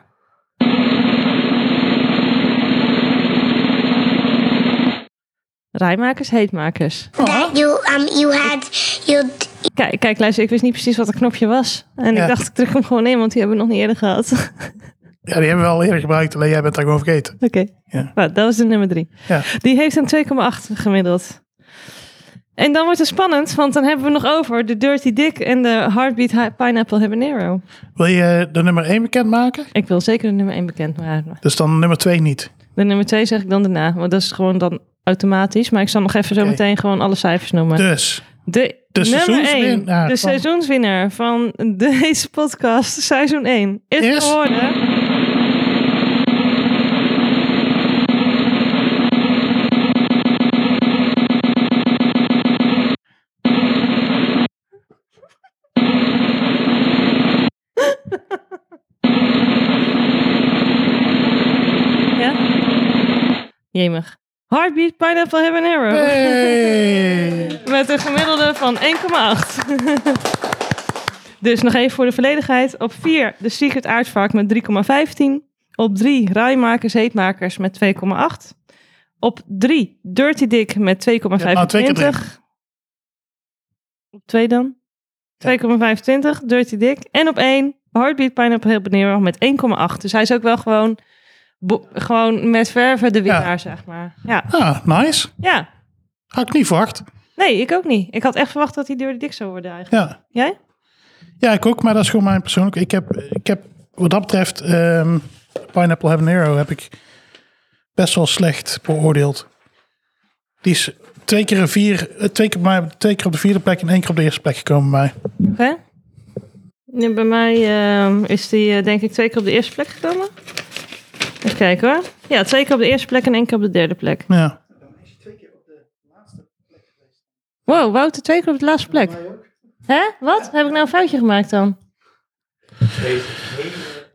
S1: Rijmakers, Heetmakers.
S8: That you had
S1: Kijk, luister, ik wist niet precies wat het knopje was. En
S2: Ja.
S1: ik dacht, ik druk hem gewoon in, want die hebben we nog niet eerder gehad.
S2: Ja, die hebben we al eerder gebruikt, alleen jij bent daar gewoon vergeten.
S1: Oké.
S2: Ja.
S1: Nou, dat was de nummer 3.
S2: Ja.
S1: Die heeft een 2,8 gemiddeld. En dan wordt het spannend, want dan hebben we nog over de Dirty Dick en de Heartbeat Pineapple Habanero.
S2: Wil je de nummer 1 bekendmaken?
S1: Ik wil zeker de nummer 1 bekend maken.
S2: Dus dan nummer 2 niet.
S1: De nummer 2 zeg ik dan daarna, want dat is gewoon dan automatisch. Maar ik zal nog even zo
S2: Oké.
S1: meteen gewoon alle cijfers noemen.
S2: Dus,
S1: De nummer 1, de seizoenswinnaar van deze podcast, seizoen 1, is geworden... Ja? Jemig. Heartbeat Pineapple Habanero.
S2: Hey.
S1: Met een gemiddelde van 1,8. Dus nog even voor de volledigheid. Op 4 de Secret Aardvark met 3,15. Op 3 Rijmakers Heetmakers met 2,8. Op 3 Dirty Dick met 2,25. Op 2 dan? 2,25 Dirty Dick. En op 1 Heartbeat Pineapple Habanero met 1,8. Dus hij is ook wel gewoon met verven de winnaar, zeg maar. Ja.
S2: Ah, nice.
S1: Ja.
S2: Had ik niet verwacht.
S1: Nee, ik ook niet. Ik had echt verwacht dat hij Dirty Dick zou worden eigenlijk.
S2: Ja.
S1: Jij?
S2: Ja, ik ook, maar dat is gewoon mijn persoonlijk. Ik heb wat dat betreft Pineapple Habanero heb ik best wel slecht beoordeeld. Die is 2 keer op de 4e plek en 1 keer op de eerste plek gekomen bij mij.
S1: Oké. Ja, bij mij is die denk ik 2 keer op de eerste plek gekomen. Even kijken hoor. Ja, 2 keer op de eerste plek en 1 keer op de 3e plek.
S2: Ja.
S1: Wow, Wouter 2 keer op de laatste plek. Hè? Wat? Heb ik nou een foutje gemaakt dan?
S3: Deze hele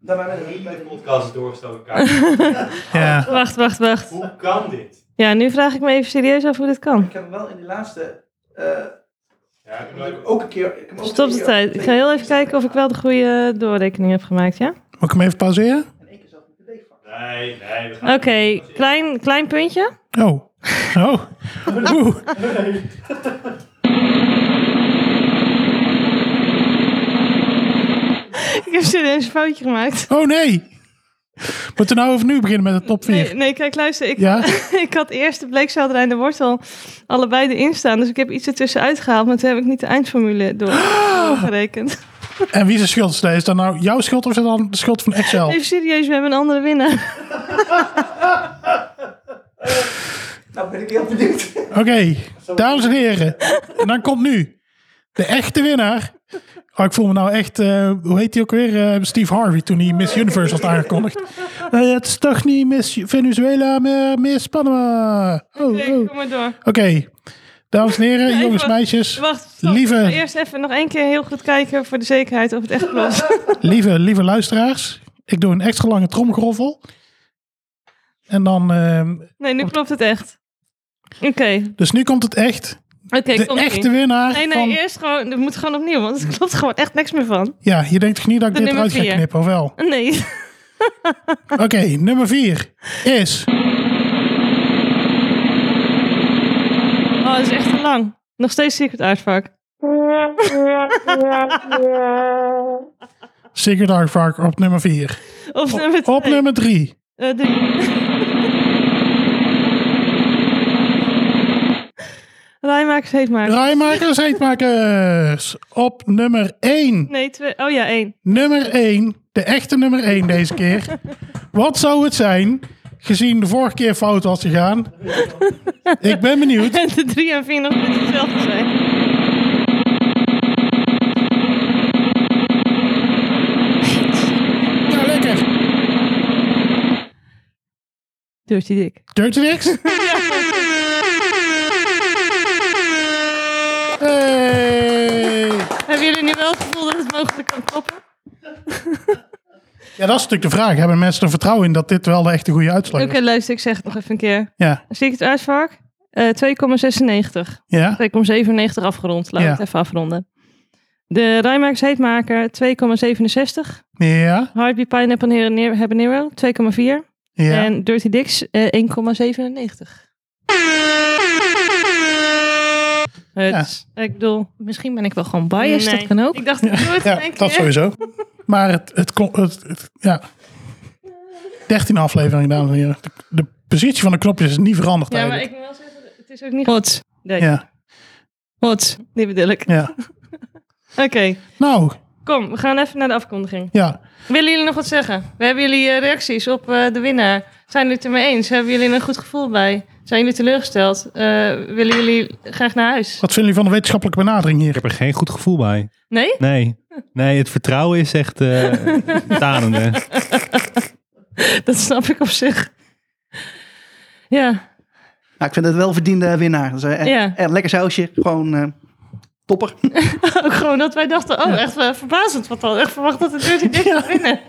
S3: hele podcast doorgestoken kaart.
S2: Ja.
S1: Wacht.
S3: Hoe kan dit?
S1: Ja, nu vraag ik me even serieus af hoe dit kan.
S4: Ik heb hem wel in de laatste...
S3: Ja,
S4: ook een keer...
S1: Stop de tijd. Ik ga heel even kijken of ik wel de goede doorrekening heb gemaakt, ja?
S2: Moet ik hem even pauzeren?
S3: Nee, we gaan...
S1: Oké, klein puntje.
S2: Oh. Oh. Oeh.
S1: Ik heb serieus een foutje gemaakt.
S2: Oh nee. Moeten we nou overnieuw beginnen met de top 4?
S1: Nee, kijk, luister.
S2: Ja?
S1: Ik had eerst de bleekselderij en de wortel allebei erin staan. Dus ik heb iets ertussen uitgehaald. Maar toen heb ik niet de eindformule doorgerekend.
S2: En wie zijn schuld is dat? Is dat nou jouw schuld of is dat dan de schuld van Excel?
S1: Even serieus, we hebben een andere winnaar.
S4: Nou ben ik heel benieuwd.
S2: Oké, dames en heren. En dan komt nu de echte winnaar. Oh, ik voel me nou echt, hoe heet hij ook weer? Steve Harvey, toen hij Miss Universe had aangekondigd. Het is toch niet Miss Venezuela, maar Miss Panama.
S1: Oké, kom maar door.
S2: Oké, dames en heren,
S1: Even
S2: jongens, meisjes.
S1: Wacht, stop.
S2: Lieve-
S1: Eerst even nog één keer heel goed kijken voor de zekerheid of het echt klopt.
S2: Lieve luisteraars, ik doe een extra lange tromgeroffel. En dan,
S1: Nee, nu klopt het echt. Oké,
S2: dus nu komt het echt. De
S1: komt
S2: echte winnaar
S1: Nee,
S2: van...
S1: eerst gewoon, het moet gewoon opnieuw, want er klopt gewoon echt niks meer van.
S2: Ja, je denkt toch niet dat ik
S1: De
S2: dit
S1: nummer
S2: eruit ga
S1: 4.
S2: knippen, of wel?
S1: Nee.
S2: Oké, nummer 4 is...
S1: Oh, dat is echt te lang. Nog steeds Secret Aardvark.
S2: Secret Aardvark op nummer 4.
S1: Of nummer 2.
S2: Op nummer 3.
S1: 3. Rijmakers, heetmakers.
S2: Rijmakers, heetmakers. Op nummer 1.
S1: Nee, 2. Oh ja, 1.
S2: Nummer 1. De echte nummer 1 deze keer. Wat zou het zijn, gezien de vorige keer fout was gegaan? Ik ben benieuwd.
S1: En de 3 en 4 nog net hetzelfde zijn.
S2: Ja, lekker.
S1: Dirty Dick.
S2: Dirty Dicks? Hey.
S1: Hebben jullie nu wel het gevoel dat het mogelijk kan kloppen?
S2: Ja, dat is natuurlijk de vraag. Hebben mensen er vertrouwen in dat dit wel de echte goede uitslag
S1: Oké,
S2: is?
S1: luister, ik zeg het nog even een keer.
S2: Ja,
S1: Secret Aardvark, 2,96.
S2: ja,
S1: 2,97 afgerond. Laten we
S2: Ja.
S1: het even afronden. De Rijmakers Heetmaker, 2,67.
S2: ja,
S1: Heartbeat Pineapple Habanero, 2,4.
S2: ja.
S1: En Dirty Dicks, 1,97. Ik bedoel, misschien ben ik wel gewoon biased, dat kan ook. Ik dacht, ik doe het
S2: Ja,
S1: een
S2: dat
S1: keer.
S2: sowieso. Maar ja. 13 afleveringen, dames en heren. De positie van de knopjes is niet veranderd
S1: Ja, maar
S2: eigenlijk.
S1: ik wil wel zeggen, het is ook niet hot. Nee,
S2: Ja,
S1: hot, die bedoel ik.
S2: ja.
S1: Oké,
S2: Nou,
S1: kom, we gaan even naar de afkondiging.
S2: ja.
S1: Willen jullie nog wat zeggen? We hebben jullie reacties op de winnaar. Zijn jullie het ermee eens? Hebben jullie er een goed gevoel bij? Zijn jullie teleurgesteld? Willen jullie graag naar huis?
S2: Wat vinden jullie van de wetenschappelijke benadering hier?
S5: Ik heb er geen goed gevoel bij.
S1: Nee?
S5: Nee, het vertrouwen is echt tanende.
S1: Dat snap ik op zich. Ja,
S4: Nou, ik vind het wel verdiende winnaar. Dat is,
S1: Ja.
S4: een lekker sausje. Gewoon topper.
S1: ook gewoon dat wij dachten, echt verbazend. Wat al echt verwacht dat de Dirty Dick gaat winnen.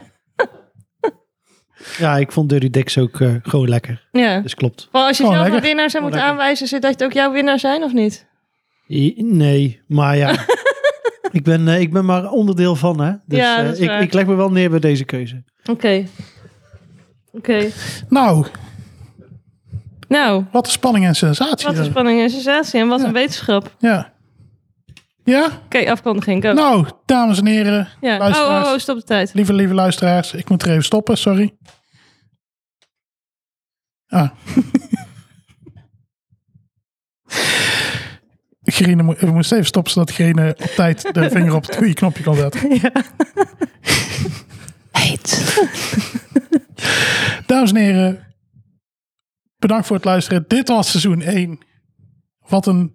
S6: Ja, ik vond Dirty Dicks ook gewoon lekker.
S1: Ja.
S6: Dus klopt.
S1: Maar als je
S2: Gewoon
S1: zelf een
S2: lekker.
S1: winnaar zou moeten aanwijzen, zou dat ook jouw winnaar zijn of niet?
S6: Nee, maar ja. ik ben maar onderdeel van, hè. Dus
S1: Ja, dat is waar.
S6: ik leg me wel neer bij deze keuze.
S1: Oké.
S2: Nou,
S1: Nou,
S2: wat een spanning en sensatie.
S1: wat een spanning en sensatie en wat een wetenschap.
S2: Ja. Ja?
S1: Oké, afkondiging, go.
S2: Nou, dames en heren,
S1: Ja.
S2: luisteraars.
S1: Oh, stop de tijd.
S2: Lieve luisteraars, ik moet er even stoppen, sorry. Ah. Gerine, we moesten even stoppen zodat Gerine op tijd de vinger op het goede knopje kon zetten.
S1: Ja. Heet.
S2: Dames en heren, bedankt voor het luisteren. Dit was seizoen 1. Wat een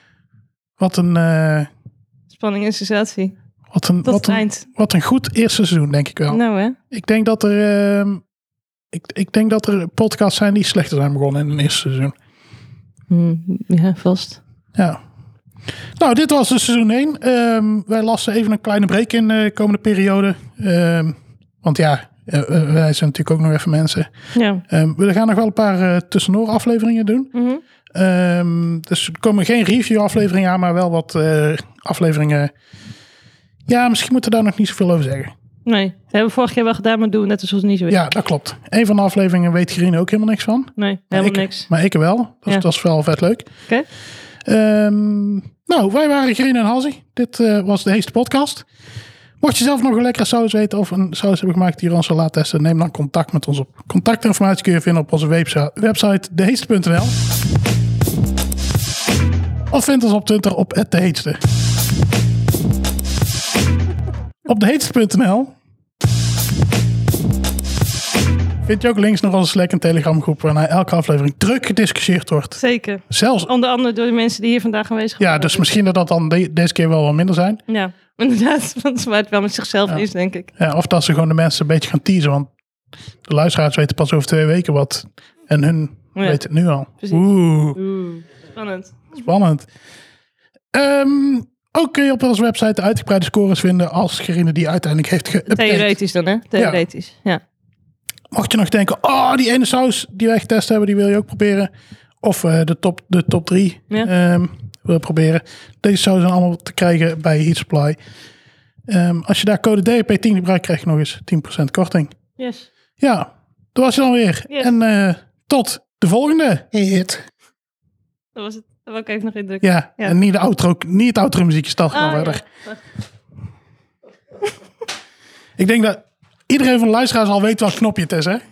S1: Spanning en sensatie.
S2: wat
S1: het eind.
S2: Wat een goed eerste seizoen, denk ik wel.
S1: Nou hè.
S2: Ik denk dat er ik denk dat er podcasts zijn die slechter zijn begonnen in het eerste seizoen.
S1: Ja, vast.
S2: Ja. Nou, dit was dus seizoen 1. Wij lassen even een kleine break in de komende periode. Want ja, wij zijn natuurlijk ook nog even mensen.
S1: Ja.
S2: We gaan nog wel een paar tussendoor afleveringen doen. Dus er komen geen review afleveringen aan, maar wel wat afleveringen. Ja, misschien moeten we daar nog niet zoveel over zeggen.
S1: Nee, dat hebben we vorige keer wel gedaan, maar doen we net alsof het niet zo is.
S2: Ja, dat klopt. Een van de afleveringen weet Gerine ook helemaal niks van.
S1: Nee, helemaal niks.
S2: Maar ik wel. Dat is wel vet leuk.
S1: Oké.
S2: Nou, wij waren Gerine en Halsey. Dit was de Heeste podcast. Mocht je zelf nog een lekkere saus weten of een saus hebben gemaakt die je ons wil laten testen, neem dan contact met ons op. Contactinformatie kun je vinden op onze website deheeste.nl. Of vind ons op Twitter op @deheetste. Op deheetste.nl vind je ook links naar onze Slack en Telegram groep waar na elke aflevering druk gediscussieerd wordt.
S1: Zeker.
S2: Zelfs.
S1: Onder andere door de mensen die hier vandaag aanwezig zijn.
S2: Ja, dus misschien dat dan deze keer wel wat minder zijn.
S1: Ja, inderdaad. Want waar het wel met zichzelf is, denk ik.
S2: Ja, of dat ze gewoon de mensen een beetje gaan teasen. Want de luisteraars weten pas over 2 weken wat. En hun weten het nu al.
S1: Precies.
S2: Oeh. Spannend. Ook kun je op onze website de uitgebreide scores vinden als Gerine die uiteindelijk heeft geüpdate.
S1: Theoretisch dan, hè? Theoretisch, ja.
S2: Mocht je nog denken, die ene saus die wij getest hebben, die wil je ook proberen. Of de top 3 wil je proberen. Deze sausen zijn allemaal te krijgen bij Heat Supply. Als je daar code DHP10 gebruikt, krijg je nog eens 10% korting.
S1: Yes.
S2: Ja, dat was je dan weer.
S1: Yes.
S2: En tot de volgende hit.
S1: Dat was het. Dat wil ik even nog indrukken.
S2: Ja, en niet het outro muziekje staat gewoon verder.
S1: Ja.
S2: Ik denk dat iedereen van de luisteraars al weet welk knopje het is, hè?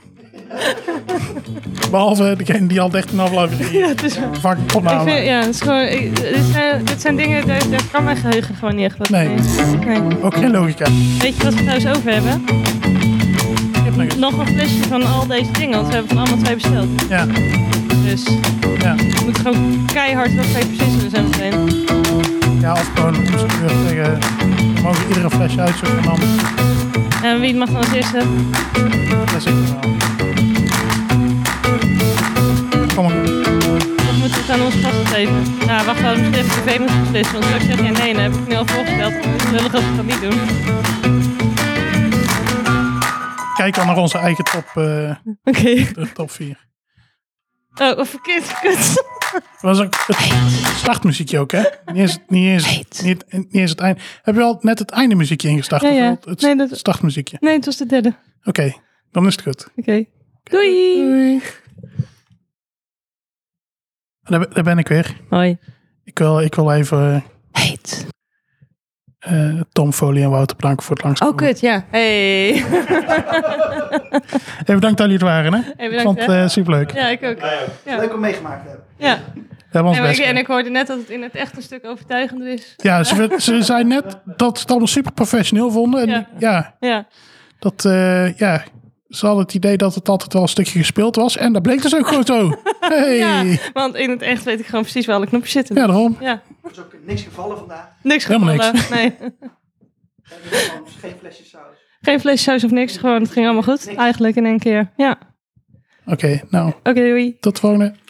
S2: Behalve degene die al 13 afleveringen
S1: Ja, het is wel.
S2: fucking opname.
S1: Het is gewoon, dit zijn dingen, daar kan mijn geheugen gewoon niet echt wat
S2: Nee.
S1: mee.
S2: Ook geen logica.
S1: Weet je wat we trouwens over hebben? Ik heb nog een flesje van al deze dingen, want we hebben van allemaal 2 besteld.
S2: Ja.
S1: Dus
S2: Ja.
S1: we moeten gewoon keihard nog 2 precies zijn meteen.
S2: Ja, of gewoon misschien weer zeggen, we mogen iedere flesje uitzoeken en dan
S1: En wie mag dan als eerste?
S2: fles ik er wel. Kom maar.
S1: Of moeten we het aan onze gasten geven? Nou, wacht wel, misschien even tv moeten beslissen, want straks zeg jij nee, dan heb ik het nu al voorgesteld. Het is lullig dat we dat niet doen.
S2: Kijk dan naar onze eigen top 4.
S1: Oh, verkeerd, kut.
S2: Dat was ook het startmuziekje ook, hè? Niet eens het einde. Heb je al net het einde muziekje ingestart?
S1: Ja.
S2: Het startmuziekje.
S1: Nee, het was de derde.
S2: Oké, dan is het goed.
S1: Oké. Doei.
S2: Daar ben ik weer.
S1: Hoi.
S2: Ik wil even Tom Foley en Wouter bedanken voor het langskomen.
S1: Oh, kut, ja. Hey.
S2: Even bedankt dat jullie het waren, hè?
S1: Bedankt,
S2: Ik vond het superleuk.
S1: Ja, ik ook. Ja.
S4: Leuk om meegemaakt te hebben.
S1: Ja.
S2: We hebben ons best
S1: En
S2: gedaan.
S1: ik hoorde net dat het in het echt een stuk overtuigender is.
S2: Ja, ze zei net dat ze het allemaal super professioneel vonden. En
S1: Ja.
S2: Ze hadden het idee dat het altijd wel een stukje gespeeld was. En dat bleek dus ook gewoon zo. Hey.
S1: Ja, want in het echt weet ik gewoon precies waar alle knopjes zitten.
S2: Ja, daarom.
S1: Ja.
S4: Er is ook niks gevallen vandaag.
S1: Niks
S2: Helemaal
S1: gevallen.
S2: niks.
S1: Nee.
S4: Geen flesje saus.
S1: Geen flesje saus of niks. Gewoon, het ging allemaal goed. Eigenlijk in één keer. Ja.
S2: Oké, nou.
S1: Oké, doei.
S2: Tot de volgende.